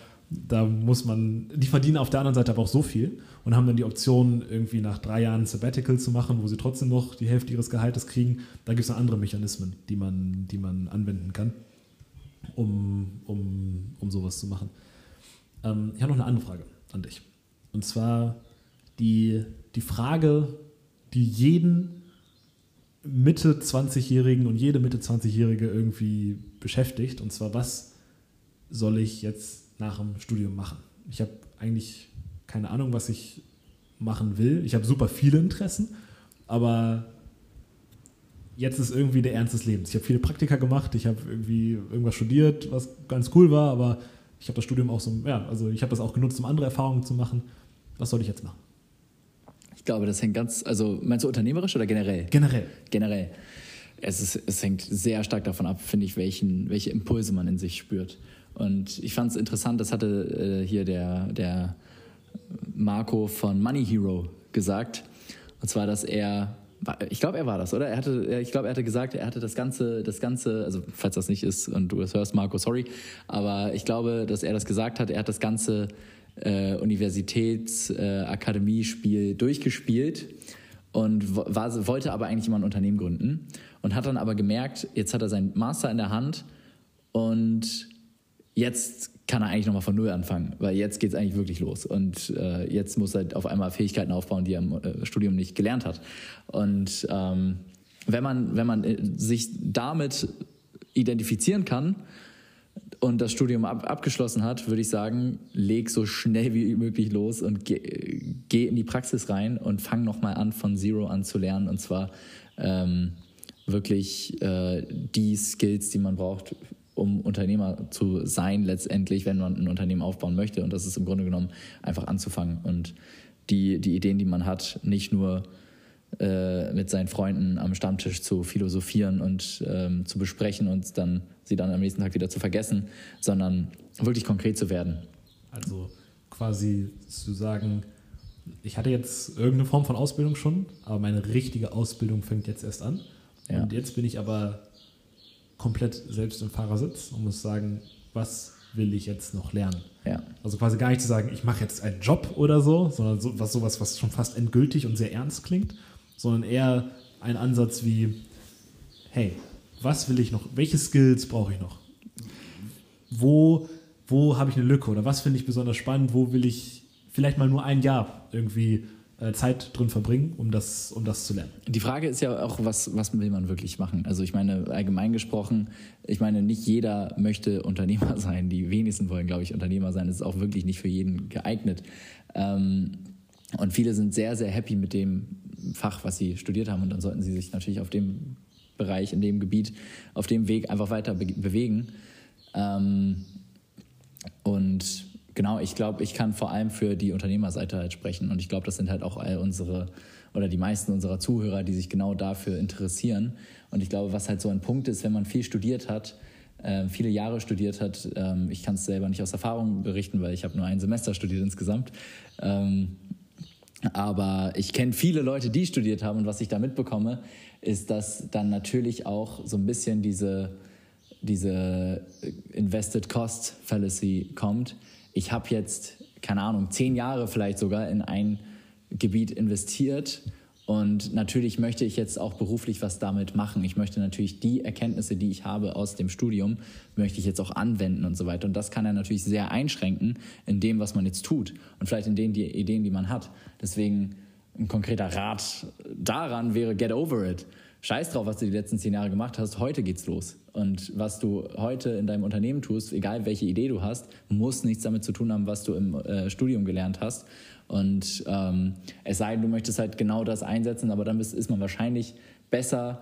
die verdienen auf der anderen Seite aber auch so viel und haben dann die Option, irgendwie nach 3 Jahren Sabbatical zu machen, wo sie trotzdem noch die Hälfte ihres Gehaltes kriegen. Da gibt es dann andere Mechanismen, die man anwenden kann, um sowas zu machen. Ich habe noch eine andere Frage an dich. Und zwar die Frage, die jeden Mitte 20-Jährigen und jede Mitte 20-Jährige irgendwie beschäftigt. Und zwar, was soll ich jetzt nach dem Studium machen? Ich habe eigentlich keine Ahnung, was ich machen will. Ich habe super viele Interessen, aber jetzt ist irgendwie der Ernst des Lebens. Ich habe viele Praktika gemacht, ich habe irgendwie irgendwas studiert, was ganz cool war, aber ich habe das Studium auch ich habe das auch genutzt, um andere Erfahrungen zu machen. Was soll ich jetzt machen? Ich glaube, das hängt meinst du unternehmerisch oder generell? Generell. Es hängt sehr stark davon ab, finde ich, welche Impulse man in sich spürt. Und ich fand es interessant, das hatte hier der Marco von Money Hero gesagt. Und zwar, dass ich glaube, er war das, oder? Ich glaube, er hatte gesagt, er hatte das Ganze, also falls das nicht ist und du es hörst, Marco, sorry, aber ich glaube, dass er das gesagt hat, er hat das ganze Universitäts-Akademie-Spiel durchgespielt und wollte aber eigentlich immer ein Unternehmen gründen und hat dann aber gemerkt, jetzt hat er seinen Master in der Hand und jetzt kann er eigentlich nochmal von Null anfangen, weil jetzt geht es eigentlich wirklich los und jetzt muss er auf einmal Fähigkeiten aufbauen, die er im Studium nicht gelernt hat. Und wenn man sich damit identifizieren kann und das Studium abgeschlossen hat, würde ich sagen, leg so schnell wie möglich los und geh in die Praxis rein und fang nochmal an, von Zero an zu lernen. Und zwar wirklich die Skills, die man braucht, um Unternehmer zu sein letztendlich, wenn man ein Unternehmen aufbauen möchte. Und das ist im Grunde genommen einfach anzufangen und die Ideen, die man hat, nicht nur mit seinen Freunden am Stammtisch zu philosophieren und zu besprechen und sie dann am nächsten Tag wieder zu vergessen, sondern wirklich konkret zu werden. Also quasi zu sagen, ich hatte jetzt irgendeine Form von Ausbildung schon, aber meine richtige Ausbildung fängt jetzt erst an. Ja. Und jetzt bin ich aber komplett selbst im Fahrersitz und muss sagen, was will ich jetzt noch lernen? Ja. Also quasi gar nicht zu sagen, ich mache jetzt einen Job oder so, sondern sowas, was schon fast endgültig und sehr ernst klingt, sondern eher ein Ansatz wie, hey, was will ich noch, welche Skills brauche ich noch? Wo habe ich eine Lücke oder was finde ich besonders spannend, wo will ich vielleicht mal nur ein Jahr irgendwie Zeit drin verbringen, um das zu lernen. Die Frage ist ja auch, was will man wirklich machen? Also ich meine, allgemein gesprochen, nicht jeder möchte Unternehmer sein. Die wenigsten wollen, glaube ich, Unternehmer sein. Das ist auch wirklich nicht für jeden geeignet. Und viele sind sehr, sehr happy mit dem Fach, was sie studiert haben. Und dann sollten sie sich natürlich auf dem Bereich, in dem Gebiet, auf dem Weg einfach weiter bewegen. Und genau, ich glaube, ich kann vor allem für die Unternehmerseite halt sprechen. Und ich glaube, das sind halt auch all unsere oder die meisten unserer Zuhörer, die sich genau dafür interessieren. Und ich glaube, was halt so ein Punkt ist, wenn man viel studiert hat, viele Jahre studiert hat, ich kann es selber nicht aus Erfahrung berichten, weil ich habe nur ein Semester studiert insgesamt. Aber ich kenne viele Leute, die studiert haben. Und was ich da mitbekomme, ist, dass dann natürlich auch so ein bisschen diese Invested Cost Fallacy kommt. Ich habe jetzt, 10 Jahre vielleicht sogar in ein Gebiet investiert und natürlich möchte ich jetzt auch beruflich was damit machen. Ich möchte natürlich die Erkenntnisse, die ich habe aus dem Studium, möchte ich jetzt auch anwenden und so weiter. Und das kann er natürlich sehr einschränken in dem, was man jetzt tut und vielleicht in den die Ideen, die man hat. Deswegen ein konkreter Rat daran wäre, get over it. Scheiß drauf, was du die letzten 10 Jahre gemacht hast, heute geht's los. Und was du heute in deinem Unternehmen tust, egal welche Idee du hast, muss nichts damit zu tun haben, was du im Studium gelernt hast. Und es sei denn, du möchtest halt genau das einsetzen, aber dann ist man wahrscheinlich besser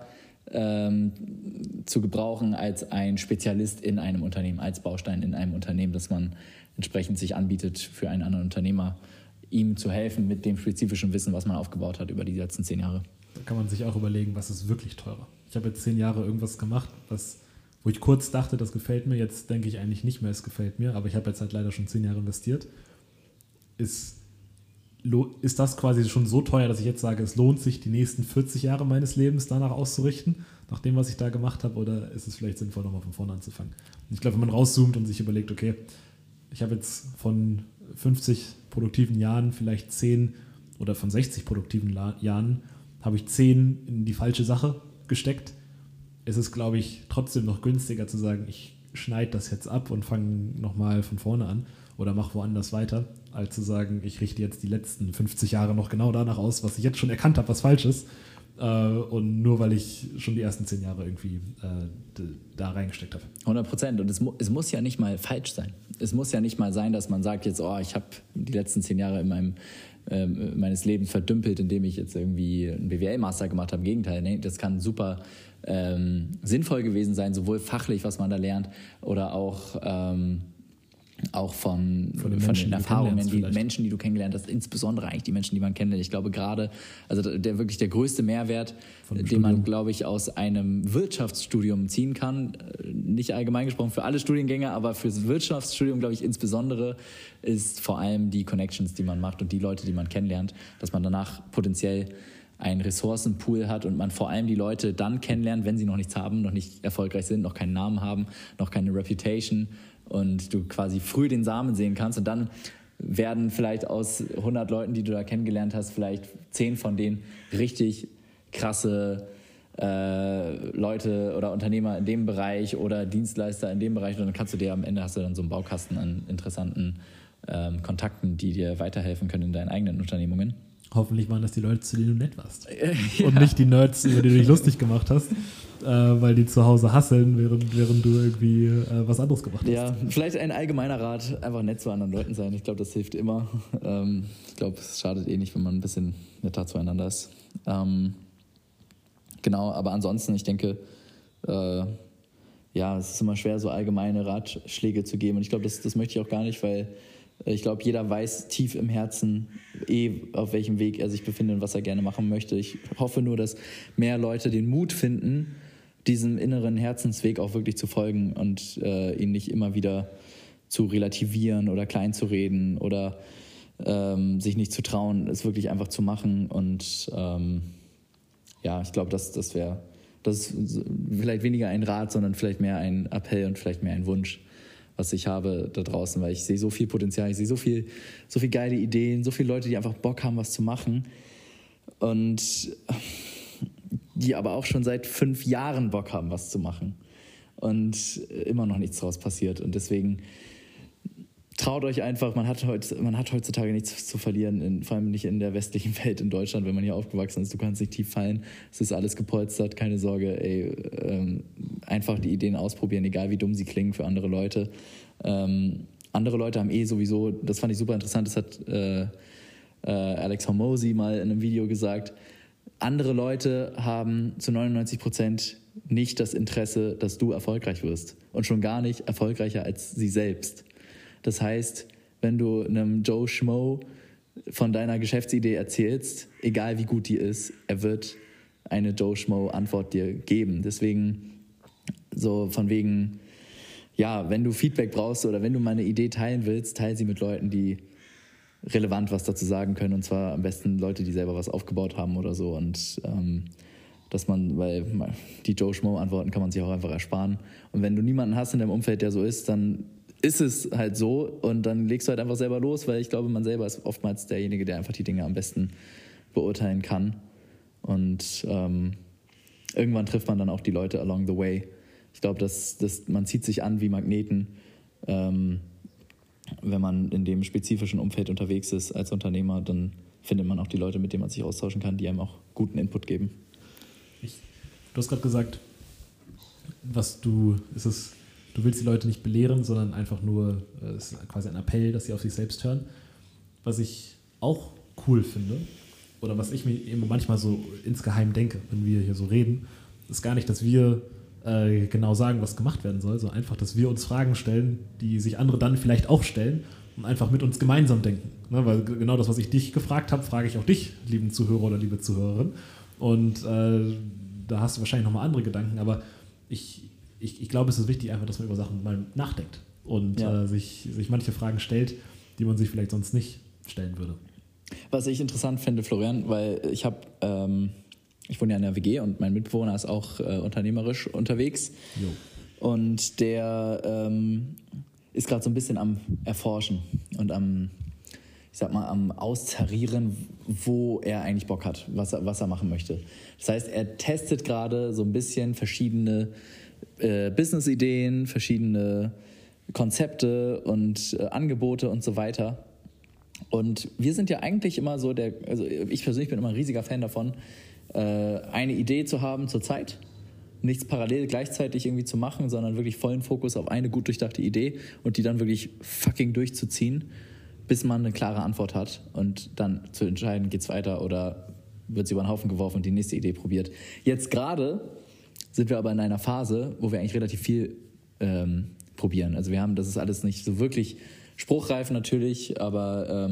zu gebrauchen als ein Spezialist in einem Unternehmen, als Baustein in einem Unternehmen, dass man entsprechend sich anbietet für einen anderen Unternehmer, ihm zu helfen mit dem spezifischen Wissen, was man aufgebaut hat über die letzten 10 Jahre. Da kann man sich auch überlegen, was ist wirklich teurer. Ich habe jetzt 10 Jahre irgendwas gemacht, wo ich kurz dachte, das gefällt mir. Jetzt denke ich eigentlich nicht mehr, es gefällt mir. Aber ich habe jetzt halt leider schon 10 Jahre investiert. Ist das quasi schon so teuer, dass ich jetzt sage, es lohnt sich, die nächsten 40 Jahre meines Lebens danach auszurichten, nach dem, was ich da gemacht habe? Oder ist es vielleicht sinnvoll, nochmal von vorne anzufangen? Und ich glaube, wenn man rauszoomt und sich überlegt, okay, ich habe jetzt von 50 produktiven Jahren vielleicht 10 oder von 60 produktiven Jahren habe ich 10 in die falsche Sache gesteckt. Es ist, glaube ich, trotzdem noch günstiger zu sagen, ich schneide das jetzt ab und fange nochmal von vorne an oder mache woanders weiter, als zu sagen, ich richte jetzt die letzten 50 Jahre noch genau danach aus, was ich jetzt schon erkannt habe, was falsch ist. Und nur weil ich schon die ersten 10 Jahre irgendwie da reingesteckt habe. 100%. Und es muss ja nicht mal falsch sein. Es muss ja nicht mal sein, dass man sagt jetzt, ich habe die letzten 10 Jahre meines Lebens verdümpelt, indem ich jetzt irgendwie einen BWL-Master gemacht habe. Im Gegenteil, nee, das kann super sinnvoll gewesen sein, sowohl fachlich, was man da lernt, oder auch von den Erfahrungen, die Menschen, die du kennengelernt hast, insbesondere eigentlich die Menschen, die man kennenlernt. Ich glaube gerade, also der größte Mehrwert, den man, glaube ich, aus einem Wirtschaftsstudium ziehen kann, nicht allgemein gesprochen für alle Studiengänge, aber fürs Wirtschaftsstudium, glaube ich, insbesondere, ist vor allem die Connections, die man macht und die Leute, die man kennenlernt, dass man danach potenziell einen Ressourcenpool hat und man vor allem die Leute dann kennenlernt, wenn sie noch nichts haben, noch nicht erfolgreich sind, noch keinen Namen haben, noch keine Reputation und du quasi früh den Samen sehen kannst und dann werden vielleicht aus 100 Leuten, die du da kennengelernt hast, vielleicht 10 von denen richtig krasse Leute oder Unternehmer in dem Bereich oder Dienstleister in dem Bereich und dann hast du dann so einen Baukasten an interessanten Kontakten, die dir weiterhelfen können in deinen eigenen Unternehmungen. Hoffentlich waren das die Leute, zu denen du nett warst. Und nicht die Nerds, über die du dich lustig gemacht hast, weil die zu Hause hasseln, während du irgendwie was anderes gemacht hast. Ja, vielleicht ein allgemeiner Rat, einfach nett zu anderen Leuten sein. Ich glaube, das hilft immer. Ich glaube, es schadet eh nicht, wenn man ein bisschen netter zueinander ist. Genau, aber ansonsten, ich denke, es ist immer schwer, so allgemeine Ratschläge zu geben. Und ich glaube, das möchte ich auch gar nicht, weil ich glaube, jeder weiß tief im Herzen auf welchem Weg er sich befindet und was er gerne machen möchte. Ich hoffe nur, dass mehr Leute den Mut finden, diesem inneren Herzensweg auch wirklich zu folgen und ihn nicht immer wieder zu relativieren oder klein zu reden oder sich nicht zu trauen, es wirklich einfach zu machen. Und ich glaube, das ist vielleicht weniger ein Rat, sondern vielleicht mehr ein Appell und vielleicht mehr ein Wunsch, was ich habe da draußen, weil ich sehe so viel Potenzial, ich sehe so viel geile Ideen, so viele Leute, die einfach Bock haben, was zu machen und die aber auch schon seit 5 Jahren Bock haben, was zu machen und immer noch nichts draus passiert. Und deswegen traut euch einfach, man hat heutzutage nichts zu verlieren, vor allem nicht in der westlichen Welt, in Deutschland, wenn man hier aufgewachsen ist. Du kannst nicht tief fallen, es ist alles gepolstert, keine Sorge. Einfach die Ideen ausprobieren, egal wie dumm sie klingen für andere Leute. Andere Leute haben sowieso, das fand ich super interessant, das hat Alex Hormozy mal in einem Video gesagt, andere Leute haben zu 99% nicht das Interesse, dass du erfolgreich wirst und schon gar nicht erfolgreicher als sie selbst. Das heißt, wenn du einem Joe Schmo von deiner Geschäftsidee erzählst, egal wie gut die ist, er wird eine Joe Schmo-Antwort dir geben. Deswegen so von wegen, wenn du Feedback brauchst oder wenn du mal eine Idee teilen willst, teile sie mit Leuten, die relevant was dazu sagen können. Und zwar am besten Leute, die selber was aufgebaut haben oder so. Und weil die Joe Schmo-Antworten kann man sich auch einfach ersparen. Und wenn du niemanden hast in deinem Umfeld, der so ist, dann ist es halt so und dann legst du halt einfach selber los, weil ich glaube, man selber ist oftmals derjenige, der einfach die Dinge am besten beurteilen kann und irgendwann trifft man dann auch die Leute along the way. Ich glaube, man zieht sich an wie Magneten, wenn man in dem spezifischen Umfeld unterwegs ist als Unternehmer, dann findet man auch die Leute, mit denen man sich austauschen kann, die einem auch guten Input geben. Du hast gerade gesagt, du willst die Leute nicht belehren, sondern einfach nur, es ist quasi ein Appell, dass sie auf sich selbst hören. Was ich auch cool finde, oder was ich mir eben manchmal so insgeheim denke, wenn wir hier so reden, ist gar nicht, dass wir genau sagen, was gemacht werden soll, sondern einfach, dass wir uns Fragen stellen, die sich andere dann vielleicht auch stellen und einfach mit uns gemeinsam denken. Ne? Weil genau das, was ich dich gefragt habe, frage ich auch dich, lieben Zuhörer oder liebe Zuhörerin. Und da hast du wahrscheinlich nochmal andere Gedanken, aber ich glaube, es ist wichtig einfach, dass man über Sachen mal nachdenkt und sich manche Fragen stellt, die man sich vielleicht sonst nicht stellen würde. Was ich interessant finde, Florian, weil ich wohne ja in der WG und mein Mitbewohner ist auch unternehmerisch unterwegs. Jo. Und der ist gerade so ein bisschen am Erforschen und am Austarieren, wo er eigentlich Bock hat, was er machen möchte. Das heißt, er testet gerade so ein bisschen verschiedene Business-Ideen, verschiedene Konzepte und Angebote und so weiter. Und wir sind ja eigentlich immer so ich persönlich bin immer ein riesiger Fan davon, eine Idee zu haben zur Zeit, nichts parallel gleichzeitig irgendwie zu machen, sondern wirklich vollen Fokus auf eine gut durchdachte Idee und die dann wirklich fucking durchzuziehen, bis man eine klare Antwort hat und dann zu entscheiden, geht's weiter oder wird sie über den Haufen geworfen und die nächste Idee probiert. Jetzt gerade sind wir aber in einer Phase, wo wir eigentlich relativ viel probieren. Also das ist alles nicht so wirklich spruchreif natürlich, aber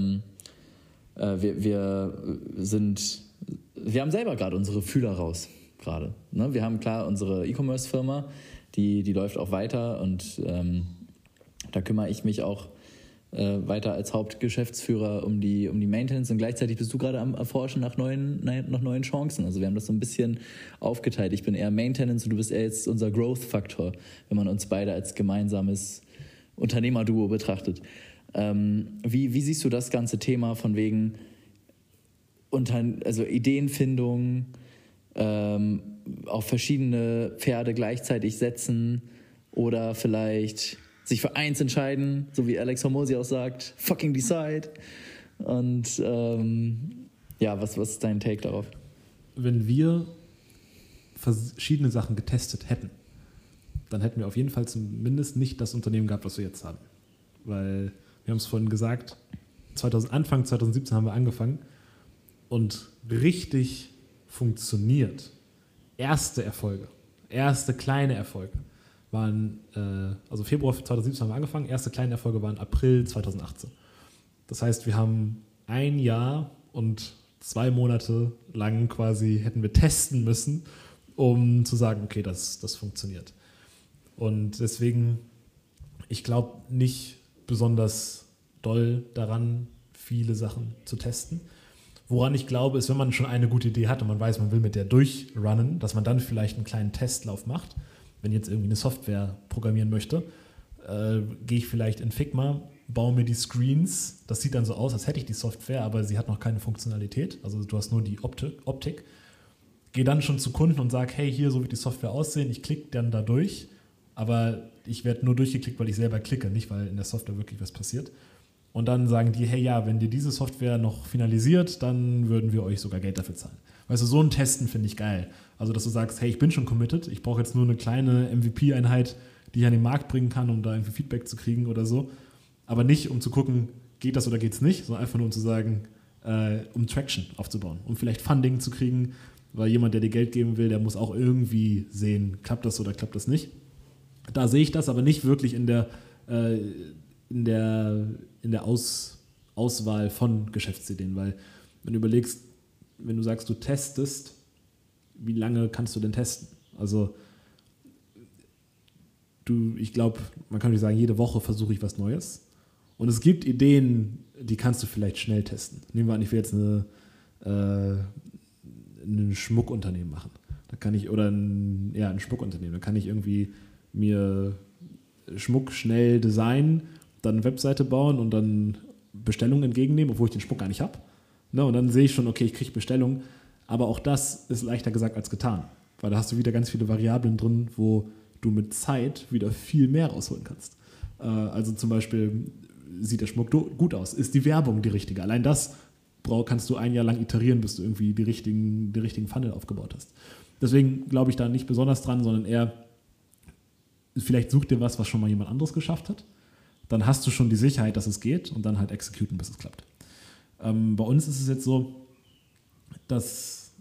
wir haben selber gerade unsere Fühler raus gerade. Ne? Wir haben klar unsere E-Commerce-Firma, die läuft auch weiter und da kümmere ich mich auch weiter als Hauptgeschäftsführer um die Maintenance und gleichzeitig bist du gerade am Erforschen nach neuen Chancen. Also wir haben das so ein bisschen aufgeteilt. Ich bin eher Maintenance und du bist eher jetzt unser Growth-Faktor, wenn man uns beide als gemeinsames Unternehmerduo betrachtet. Wie siehst du das ganze Thema von wegen Ideenfindung, auf verschiedene Pferde gleichzeitig setzen oder vielleicht sich für eins entscheiden, so wie Alex Hormozy auch sagt, fucking decide. Und Ja, was ist dein Take darauf? Wenn wir verschiedene Sachen getestet hätten, dann hätten wir auf jeden Fall zumindest nicht das Unternehmen gehabt, was wir jetzt haben. Weil, wir haben es vorhin gesagt, Anfang 2017 haben wir angefangen und richtig funktioniert. Erste kleine Erfolge waren, also Februar 2017 haben wir angefangen, erste kleine Erfolge waren April 2018. Das heißt, wir haben 1 Jahr und 2 Monate lang quasi hätten wir testen müssen, um zu sagen, okay, das funktioniert. Und deswegen, ich glaube nicht besonders doll daran, viele Sachen zu testen. Woran ich glaube, ist, wenn man schon eine gute Idee hat und man weiß, man will mit der durchrunnen, dass man dann vielleicht einen kleinen Testlauf macht. Wenn ich jetzt irgendwie eine Software programmieren möchte, gehe ich vielleicht in Figma, baue mir die Screens. Das sieht dann so aus, als hätte ich die Software, aber sie hat noch keine Funktionalität. Also du hast nur die Optik. Gehe dann schon zu Kunden und sage, hey, hier, so wird die Software aussehen. Ich klicke dann da durch, aber ich werde nur durchgeklickt, weil ich selber klicke, nicht weil in der Software wirklich was passiert. Und dann sagen die, hey, ja, wenn dir diese Software noch finalisiert, dann würden wir euch sogar Geld dafür zahlen. Weißt du, so ein Testen finde ich geil. Also, dass du sagst, hey, ich bin schon committed, ich brauche jetzt nur eine kleine MVP-Einheit, die ich an den Markt bringen kann, um da irgendwie Feedback zu kriegen oder so. Aber nicht, um zu gucken, geht das oder geht es nicht, sondern einfach nur, um zu sagen, um Traction aufzubauen, um vielleicht Funding zu kriegen, weil jemand, der dir Geld geben will, der muss auch irgendwie sehen, klappt das oder klappt das nicht. Da sehe ich das aber nicht wirklich in der Auswahl von Geschäftsideen, weil wenn du überlegst, wenn du sagst, du testest, wie lange kannst du denn testen? Also ich glaube, man kann nicht sagen, jede Woche versuche ich was Neues. Und es gibt Ideen, die kannst du vielleicht schnell testen. Nehmen wir an, ich will jetzt ein Schmuckunternehmen machen. Da kann ich, oder ein Schmuckunternehmen, da kann ich irgendwie mir Schmuck schnell designen, dann eine Webseite bauen und dann Bestellungen entgegennehmen, obwohl ich den Schmuck gar nicht habe. Ne, und dann sehe ich schon, okay, ich kriege Bestellungen. Aber auch das ist leichter gesagt als getan. Weil da hast du wieder ganz viele Variablen drin, wo du mit Zeit wieder viel mehr rausholen kannst. Also zum Beispiel, sieht der Schmuck gut aus? Ist die Werbung die richtige? Allein das kannst du 1 Jahr lang iterieren, bis du irgendwie die richtigen Funnel aufgebaut hast. Deswegen glaube ich da nicht besonders dran, sondern eher, vielleicht such dir was schon mal jemand anderes geschafft hat. Dann hast du schon die Sicherheit, dass es geht und dann halt exekutieren, bis es klappt. Bei uns ist es jetzt so, dass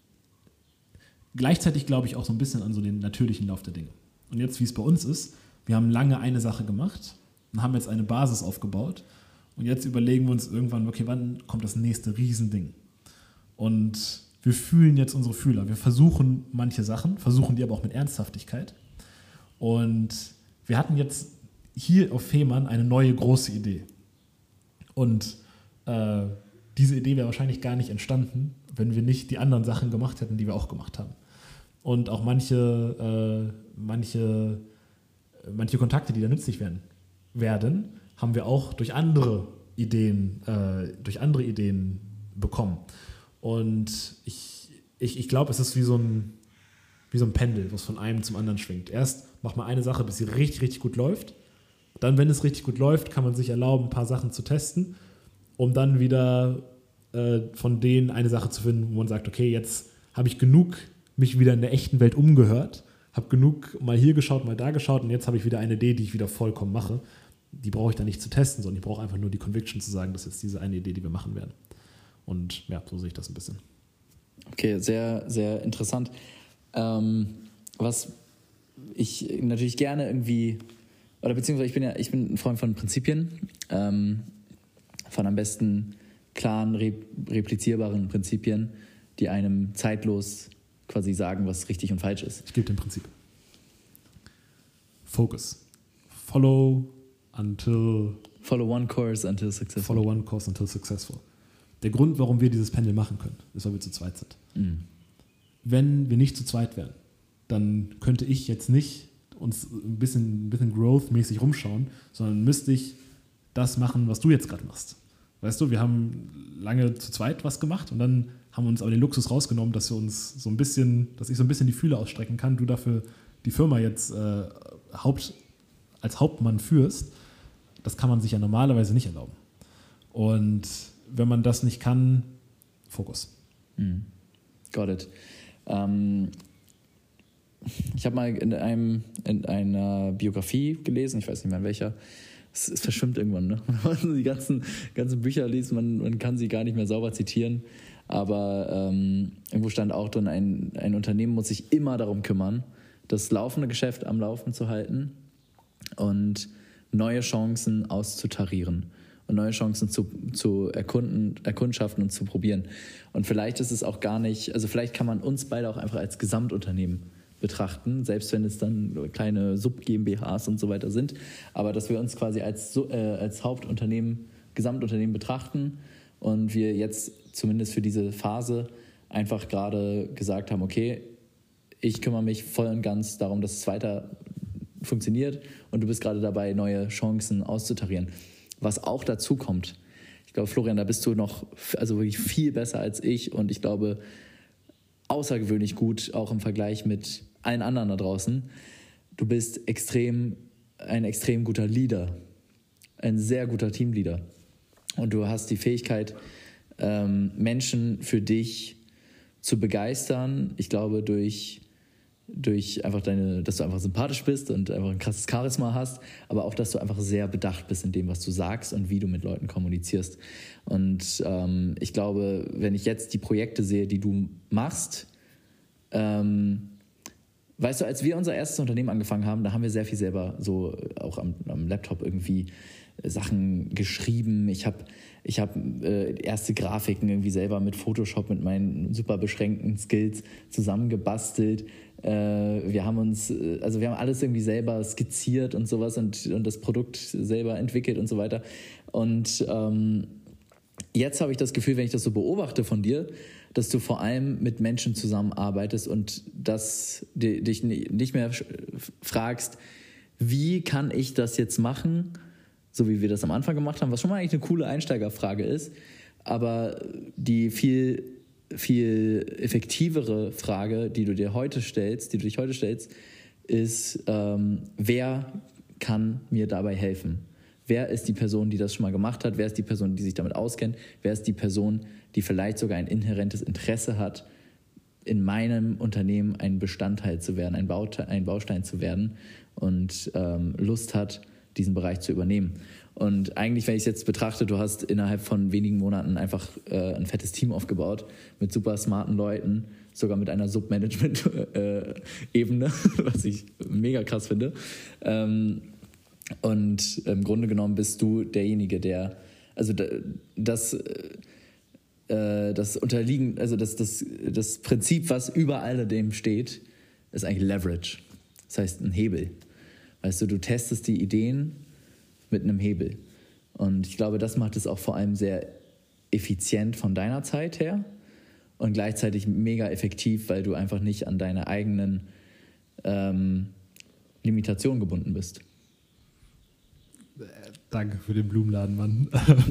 gleichzeitig glaube ich auch so ein bisschen an so den natürlichen Lauf der Dinge. Und jetzt, wie es bei uns ist, wir haben lange eine Sache gemacht und haben jetzt eine Basis aufgebaut und jetzt überlegen wir uns irgendwann, okay, wann kommt das nächste Riesending? Und wir fühlen jetzt unsere Fühler. Wir versuchen manche Sachen, versuchen die aber auch mit Ernsthaftigkeit. Und wir hatten jetzt hier auf Fehmarn eine neue große Idee. Und diese Idee wäre wahrscheinlich gar nicht entstanden, wenn wir nicht die anderen Sachen gemacht hätten, die wir auch gemacht haben. Und auch manche Kontakte, die da nützlich werden, haben wir auch durch andere Ideen bekommen. Und ich glaube, es ist wie so ein Pendel, was von einem zum anderen schwingt. Erst macht man eine Sache, bis sie richtig, richtig gut läuft. Dann, wenn es richtig gut läuft, kann man sich erlauben, ein paar Sachen zu testen, um dann wieder von denen eine Sache zu finden, wo man sagt, okay, jetzt habe ich genug mich wieder in der echten Welt umgehört, habe genug mal hier geschaut, mal da geschaut und jetzt habe ich wieder eine Idee, die ich wieder vollkommen mache. Die brauche ich dann nicht zu testen, sondern ich brauche einfach nur die Conviction zu sagen, das ist jetzt diese eine Idee, die wir machen werden. Und ja, so sehe ich das ein bisschen. Okay, sehr, sehr interessant. Was ich natürlich gerne irgendwie, oder beziehungsweise ich bin ein Freund von Prinzipien, von am besten klaren, replizierbaren Prinzipien, die einem zeitlos quasi sagen, was richtig und falsch ist. Ich gebe dem Prinzip. Focus. Follow one course until successful. Der Grund, warum wir dieses Pendel machen können, ist, weil wir zu zweit sind. Mhm. Wenn wir nicht zu zweit wären, dann könnte ich jetzt nicht uns ein bisschen growth-mäßig rumschauen, sondern müsste ich das machen, was du jetzt gerade machst. Weißt du, wir haben lange zu zweit was gemacht und dann haben wir uns aber den Luxus rausgenommen, dass ich so ein bisschen die Fühler ausstrecken kann, du dafür die Firma jetzt als Hauptmann führst. Das kann man sich ja normalerweise nicht erlauben. Und wenn man das nicht kann, Fokus. Got it. Ich habe mal in einer Biografie gelesen, ich weiß nicht mehr in welcher, es verschwimmt irgendwann, ne? Wenn man die ganzen Bücher liest, man kann sie gar nicht mehr sauber zitieren, aber irgendwo stand auch drin, ein Unternehmen muss sich immer darum kümmern, das laufende Geschäft am Laufen zu halten und neue Chancen auszutarieren und neue Chancen zu erkundschaften und zu probieren. Und vielleicht ist es auch gar nicht, also vielleicht kann man uns beide auch einfach als Gesamtunternehmen betrachten, selbst wenn es dann kleine Sub-GmbHs und so weiter sind, aber dass wir uns quasi als Hauptunternehmen, Gesamtunternehmen betrachten und wir jetzt zumindest für diese Phase einfach gerade gesagt haben, okay, ich kümmere mich voll und ganz darum, dass es weiter funktioniert und du bist gerade dabei, neue Chancen auszutarieren. Was auch dazu kommt, ich glaube, Florian, da bist du noch also wirklich viel besser als ich und ich glaube, außergewöhnlich gut, auch im Vergleich mit allen anderen da draußen. Du bist ein extrem guter Leader, ein sehr guter Teamleader. Und du hast die Fähigkeit, Menschen für dich zu begeistern. Ich glaube, durch einfach dass du einfach sympathisch bist und einfach ein krasses Charisma hast, aber auch, dass du einfach sehr bedacht bist in dem, was du sagst und wie du mit Leuten kommunizierst. Und ich glaube, wenn ich jetzt die Projekte sehe, die du machst, weißt du, als wir unser erstes Unternehmen angefangen haben, da haben wir sehr viel selber so auch am Laptop irgendwie Sachen geschrieben. Ich habe erste Grafiken irgendwie selber mit Photoshop, mit meinen super beschränkten Skills zusammengebastelt. Wir haben alles irgendwie selber skizziert und sowas und das Produkt selber entwickelt und so weiter. Und jetzt habe ich das Gefühl, wenn ich das so beobachte von dir, dass du vor allem mit Menschen zusammenarbeitest und dass dich nicht mehr fragst, wie kann ich das jetzt machen, so wie wir das am Anfang gemacht haben, was schon mal eigentlich eine coole Einsteigerfrage ist, aber die viel, viel effektivere Frage, die du dich heute stellst, ist, wer kann mir dabei helfen? Wer ist die Person, die das schon mal gemacht hat? Wer ist die Person, die sich damit auskennt? Wer ist die Person, die vielleicht sogar ein inhärentes Interesse hat, in meinem Unternehmen ein Bestandteil zu werden, ein Baustein zu werden und Lust hat, diesen Bereich zu übernehmen? Und eigentlich, wenn ich es jetzt betrachte, du hast innerhalb von wenigen Monaten einfach ein fettes Team aufgebaut mit super smarten Leuten, sogar mit einer Submanagement-Ebene, was ich mega krass finde. Und im Grunde genommen bist du derjenige, der, also das Unterliegen, also das Prinzip, was über alledem steht, ist eigentlich Leverage. Das heißt ein Hebel. Weißt du testest die Ideen mit einem Hebel. Und ich glaube, das macht es auch vor allem sehr effizient von deiner Zeit her und gleichzeitig mega effektiv, weil du einfach nicht an deine eigenen Limitationen gebunden bist. Danke für den Blumenladen, Mann.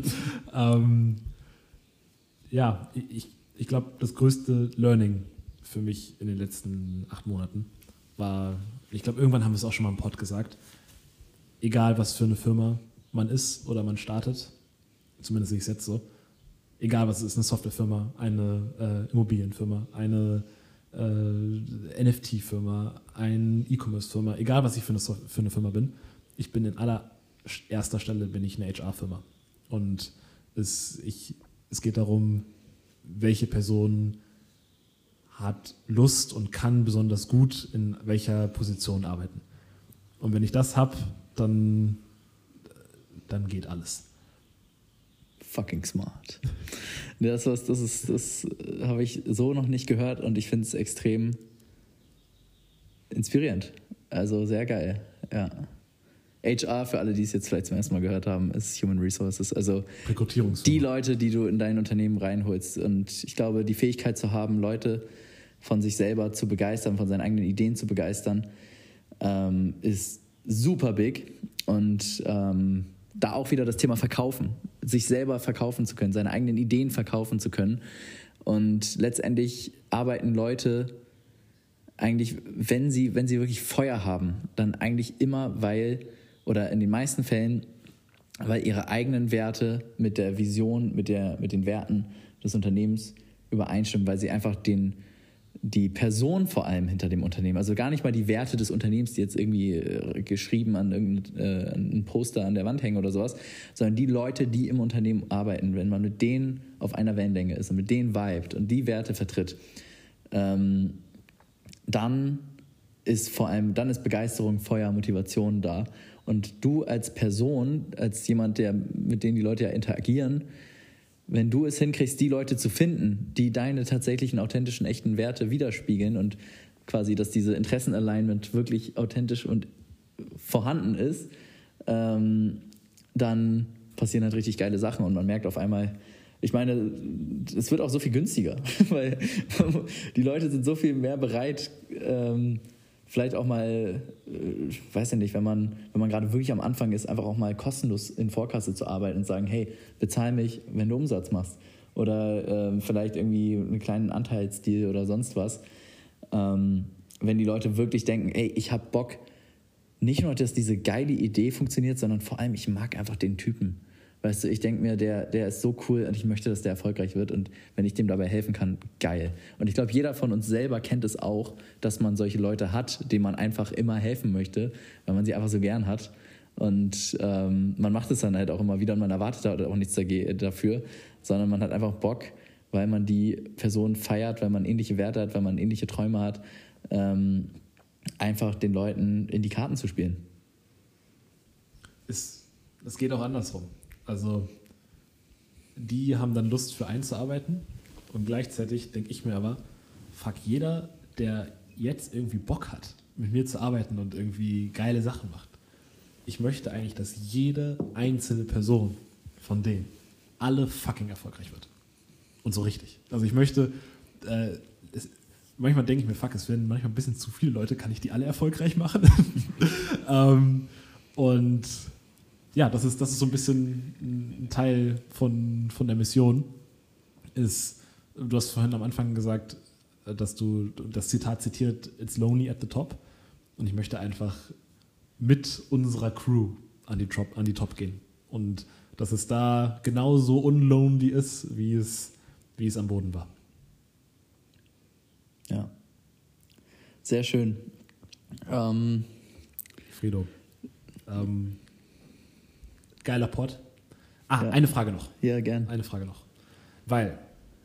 Ja, ich glaube, das größte Learning für mich in den letzten 8 Monaten war, ich glaube, irgendwann haben wir es auch schon mal im Pod gesagt, egal was für eine Firma man ist oder man startet, zumindest sehe ich es jetzt so, egal was es ist, eine Softwarefirma, eine Immobilienfirma, eine NFT-Firma, eine E-Commerce-Firma, egal was ich für eine Firma bin, ich bin in allererster Stelle bin ich eine HR-Firma. Und es geht darum, welche Person hat Lust und kann besonders gut in welcher Position arbeiten. Und wenn ich das habe, dann geht alles. Fucking smart. Das habe ich so noch nicht gehört und ich finde es extrem inspirierend. Also sehr geil, ja. HR, für alle, die es jetzt vielleicht zum ersten Mal gehört haben, ist Human Resources. Also die Leute, die du in dein Unternehmen reinholst. Und ich glaube, die Fähigkeit zu haben, Leute von sich selber zu begeistern, von seinen eigenen Ideen zu begeistern, ist super big. Und da auch wieder das Thema Verkaufen. Sich selber verkaufen zu können, seine eigenen Ideen verkaufen zu können. Und letztendlich arbeiten Leute eigentlich, wenn sie wirklich Feuer haben, dann eigentlich immer, oder in den meisten Fällen, weil ihre eigenen Werte mit der Vision, mit den Werten des Unternehmens übereinstimmen, weil sie einfach die Person vor allem hinter dem Unternehmen, also gar nicht mal die Werte des Unternehmens, die jetzt irgendwie geschrieben an irgendein Poster an der Wand hängen oder sowas, sondern die Leute, die im Unternehmen arbeiten, wenn man mit denen auf einer Wellenlänge ist und mit denen vibet und die Werte vertritt, dann ist Begeisterung, Feuer, Motivation da. Und du als Person, als jemand, mit dem die Leute ja interagieren, wenn du es hinkriegst, die Leute zu finden, die deine tatsächlichen, authentischen, echten Werte widerspiegeln und quasi, dass diese Interessenalignment wirklich authentisch und vorhanden ist, dann passieren halt richtig geile Sachen und man merkt auf einmal, ich meine, es wird auch so viel günstiger, weil die Leute sind so viel mehr bereit, vielleicht auch mal, weiß ja nicht, wenn man gerade wirklich am Anfang ist, einfach auch mal kostenlos in Vorkasse zu arbeiten und sagen, hey, bezahl mich, wenn du Umsatz machst. Oder vielleicht irgendwie einen kleinen Anteilsdeal oder sonst was. Wenn die Leute wirklich denken, ey, ich hab Bock, nicht nur, dass diese geile Idee funktioniert, sondern vor allem, ich mag einfach den Typen. Weißt du, ich denke mir, der ist so cool und ich möchte, dass der erfolgreich wird und wenn ich dem dabei helfen kann, geil. Und ich glaube, jeder von uns selber kennt es auch, dass man solche Leute hat, denen man einfach immer helfen möchte, weil man sie einfach so gern hat. Und man macht es dann halt auch immer wieder und man erwartet halt auch nichts dafür, sondern man hat einfach Bock, weil man die Person feiert, weil man ähnliche Werte hat, weil man ähnliche Träume hat, einfach den Leuten in die Karten zu spielen. Es geht auch andersrum. Also die haben dann Lust für einen zu arbeiten und gleichzeitig denke ich mir aber, fuck, jeder, der jetzt irgendwie Bock hat, mit mir zu arbeiten und irgendwie geile Sachen macht. Ich möchte eigentlich, dass jede einzelne Person von denen alle fucking erfolgreich wird. Und so richtig. Also ich möchte, manchmal denke ich mir, fuck, es werden manchmal ein bisschen zu viele Leute, kann ich die alle erfolgreich machen? Und ja, das ist so ein bisschen ein Teil von der Mission. Du hast vorhin am Anfang gesagt, dass du das Zitat zitiert, it's lonely at the top. Und ich möchte einfach mit unserer Crew an die Top gehen. Und dass es da genauso unlonely ist, wie es am Boden war. Ja. Sehr schön. Fredo. Geiler Pod. Ja. Eine Frage noch. Ja, gern. Eine Frage noch. Weil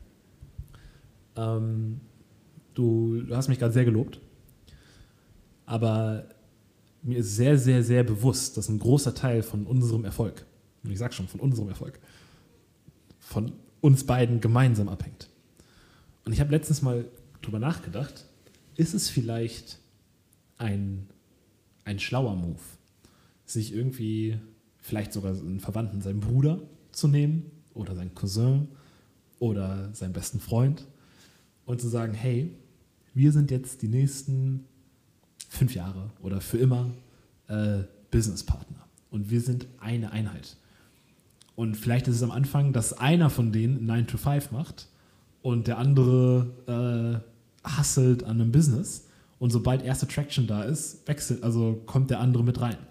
du hast mich gerade sehr gelobt, aber mir ist sehr, sehr, sehr bewusst, dass ein großer Teil von unserem Erfolg, und ich sag schon von unserem Erfolg, von uns beiden gemeinsam abhängt. Und ich habe letztens mal drüber nachgedacht, ist es vielleicht ein schlauer Move, sich irgendwie vielleicht sogar einen Verwandten, seinen Bruder zu nehmen oder seinen Cousin oder seinen besten Freund und zu sagen, hey, wir sind jetzt die nächsten 5 Jahre oder für immer Businesspartner und wir sind eine Einheit. Und vielleicht ist es am Anfang, dass einer von denen 9 to 5 macht und der andere hustelt an einem Business und sobald erste Traction da ist, kommt der andere mit rein.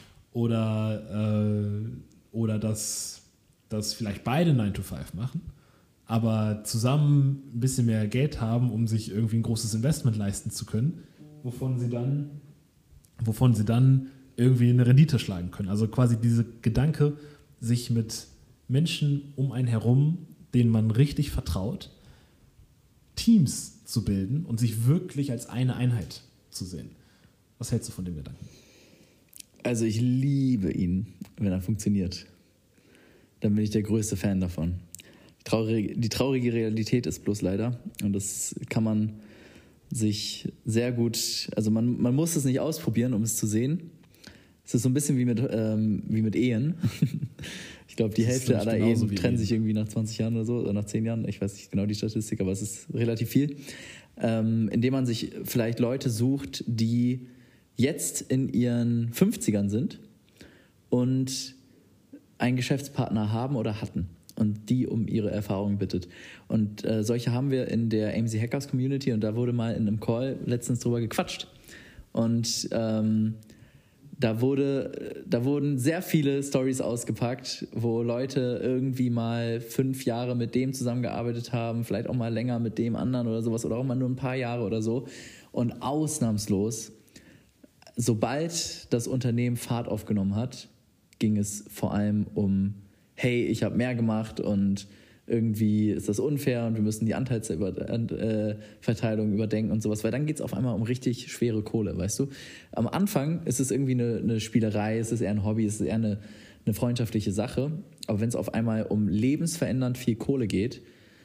Oder dass vielleicht beide 9 to 5 machen, aber zusammen ein bisschen mehr Geld haben, um sich irgendwie ein großes Investment leisten zu können, wovon sie dann irgendwie eine Rendite schlagen können. Also quasi dieser Gedanke, sich mit Menschen um einen herum, denen man richtig vertraut, Teams zu bilden und sich wirklich als eine Einheit zu sehen. Was hältst du von dem Gedanken? Also ich liebe ihn, wenn er funktioniert. Dann bin ich der größte Fan davon. Die traurige Realität ist bloß leider, und das kann man sich sehr gut, also man muss es nicht ausprobieren, um es zu sehen. Es ist so ein bisschen wie mit Ehen. Ich glaube, die Hälfte aller Ehen trennen sich irgendwie nach 20 Jahren oder nach 10 Jahren. Ich weiß nicht genau die Statistik, aber es ist relativ viel. Indem man sich vielleicht Leute sucht, die jetzt in ihren 50ern sind und einen Geschäftspartner haben oder hatten und die um ihre Erfahrungen bittet. Und solche haben wir in der AMZ Hackers Community und da wurde mal in einem Call letztens drüber gequatscht. Und Da wurden sehr viele Storys ausgepackt, wo Leute irgendwie mal 5 Jahre mit dem zusammengearbeitet haben, vielleicht auch mal länger mit dem anderen oder sowas oder auch mal nur ein paar Jahre oder so. Und ausnahmslos, sobald das Unternehmen Fahrt aufgenommen hat, ging es vor allem um, hey, ich habe mehr gemacht und irgendwie ist das unfair und wir müssen die Anteilsverteilung überdenken und sowas, weil dann geht es auf einmal um richtig schwere Kohle, weißt du? Am Anfang ist es irgendwie eine Spielerei, es ist eher ein Hobby, es ist eher eine freundschaftliche Sache, aber wenn es auf einmal um lebensverändernd viel Kohle geht,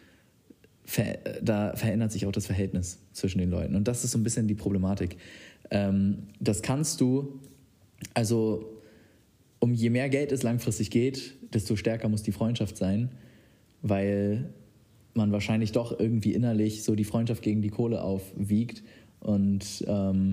da verändert sich auch das Verhältnis zwischen den Leuten und das ist so ein bisschen die Problematik. Das kannst du, also je mehr Geld es langfristig geht, desto stärker muss die Freundschaft sein, weil man wahrscheinlich doch irgendwie innerlich so die Freundschaft gegen die Kohle aufwiegt. Und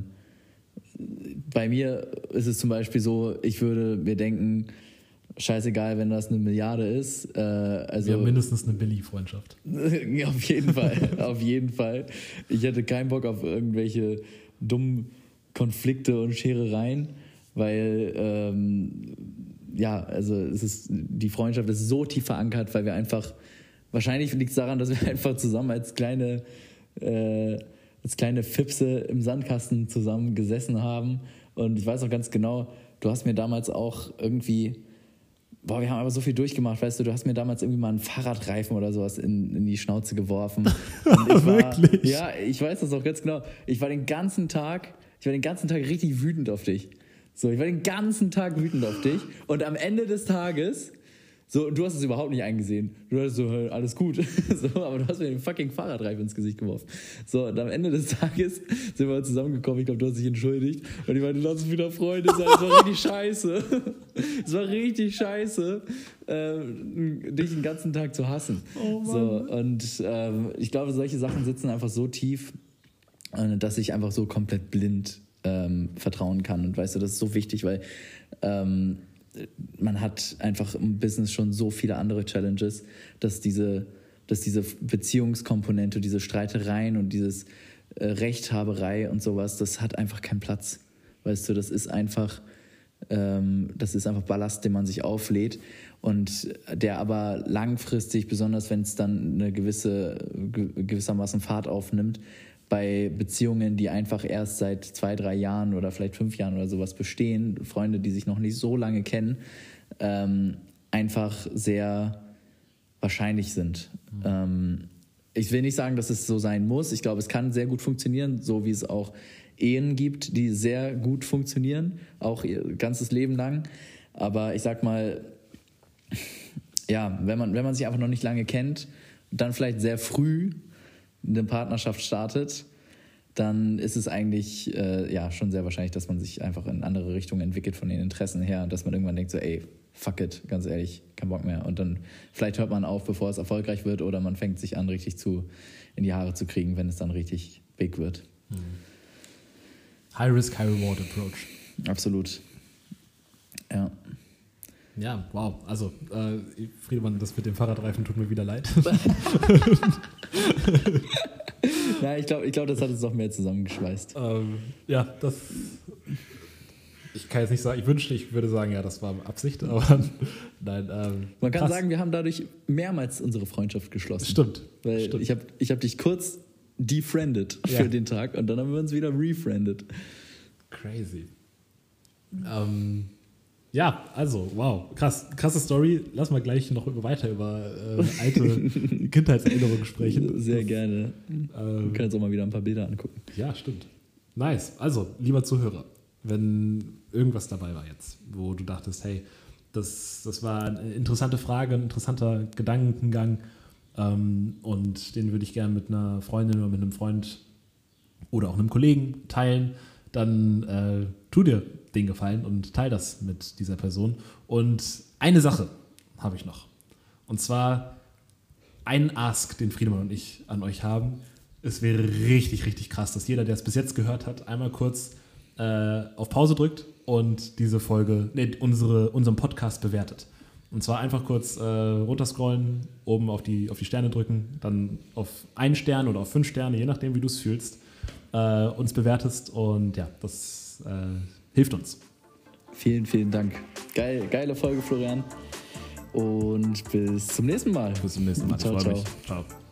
bei mir ist es zum Beispiel so, ich würde mir denken, scheißegal, wenn das 1 Milliarde ist. Also, wir haben mindestens eine Billy-Freundschaft. Auf jeden Fall, auf jeden Fall. Ich hätte keinen Bock auf irgendwelche dummen Konflikte und Scherereien, weil die Freundschaft ist so tief verankert, weil wir einfach, wahrscheinlich liegt es daran, dass wir einfach zusammen als kleine Fipse im Sandkasten zusammen gesessen haben. Und ich weiß auch ganz genau, du hast mir damals auch irgendwie, wir haben aber so viel durchgemacht, weißt du hast mir damals irgendwie mal einen Fahrradreifen oder sowas in die Schnauze geworfen. Und ich Wirklich? Ja, ich weiß das auch ganz genau. Ich war den ganzen Tag richtig wütend auf dich. So, ich war den ganzen Tag wütend auf dich und am Ende des Tages, so, und du hast es überhaupt nicht eingesehen. Du hattest so, alles gut. So, aber du hast mir den fucking Fahrradreifen ins Gesicht geworfen. So, und am Ende des Tages sind wir zusammengekommen. Ich glaube, du hast dich entschuldigt. Und ich meinte, lass uns wieder Freunde sein. Es war richtig scheiße. Es war richtig scheiße, dich den ganzen Tag zu hassen. Oh Mann. So, und ich glaube, solche Sachen sitzen einfach so tief, dass ich einfach so komplett blind vertrauen kann. Und weißt du, das ist so wichtig, weil man hat einfach im Business schon so viele andere Challenges, dass diese Beziehungskomponente, diese Streitereien und dieses Rechthaberei und sowas, das hat einfach keinen Platz. Weißt du, das ist einfach Ballast, den man sich auflädt und der aber langfristig, besonders wenn es dann eine gewissermaßen Fahrt aufnimmt, bei Beziehungen, die einfach erst seit 2-3 Jahren oder vielleicht 5 Jahren oder sowas bestehen, Freunde, die sich noch nicht so lange kennen, einfach sehr wahrscheinlich sind. Ich will nicht sagen, dass es so sein muss. Ich glaube, es kann sehr gut funktionieren, so wie es auch Ehen gibt, die sehr gut funktionieren, auch ihr ganzes Leben lang. Aber ich sag mal, ja, wenn man sich einfach noch nicht lange kennt, dann vielleicht sehr früh eine Partnerschaft startet, dann ist es eigentlich schon sehr wahrscheinlich, dass man sich einfach in andere Richtungen entwickelt von den Interessen her und dass man irgendwann denkt so, ey, fuck it, ganz ehrlich, kein Bock mehr. Und dann vielleicht hört man auf, bevor es erfolgreich wird oder man fängt sich an, richtig in die Haare zu kriegen, wenn es dann richtig big wird. High Risk, High Reward Approach. Absolut. Ja. Ja, wow. Also, Friedemann, das mit dem Fahrradreifen tut mir wieder leid. Ja, ich glaube, das hat uns noch mehr zusammengeschweißt. Ja, ich kann jetzt nicht sagen, ich würde sagen, ja, das war Absicht, aber nein. Man kann sagen, wir haben dadurch mehrmals unsere Freundschaft geschlossen. Stimmt. Weil stimmt. Ich hab dich kurz defriended für den Tag und dann haben wir uns wieder refriended. Crazy. Ja, also, wow, krasse Story. Lass mal gleich noch weiter über alte Kindheitserinnerungen sprechen. Sehr gerne. Wir können uns auch mal wieder ein paar Bilder angucken. Ja, stimmt. Nice. Also, lieber Zuhörer, wenn irgendwas dabei war jetzt, wo du dachtest, hey, das war eine interessante Frage, ein interessanter Gedankengang und den würde ich gerne mit einer Freundin oder mit einem Freund oder auch einem Kollegen teilen, dann tu dir den Gefallen und teile das mit dieser Person. Und eine Sache habe ich noch. Und zwar einen Ask, den Friedemann und ich an euch haben. Es wäre richtig, richtig krass, dass jeder, der es bis jetzt gehört hat, einmal kurz auf Pause drückt und diese Folge, unseren Podcast bewertet. Und zwar einfach kurz runterscrollen, oben auf die Sterne drücken, dann auf 1 Stern oder auf 5 Sterne, je nachdem, wie du es fühlst, uns bewertest. Und ja, das hilft uns. vielen, vielen Dank. Geile Folge, Florian. Und bis zum nächsten Mal. Bis zum nächsten Mal. Ciao, Ich freu ciao. mich. Ciao.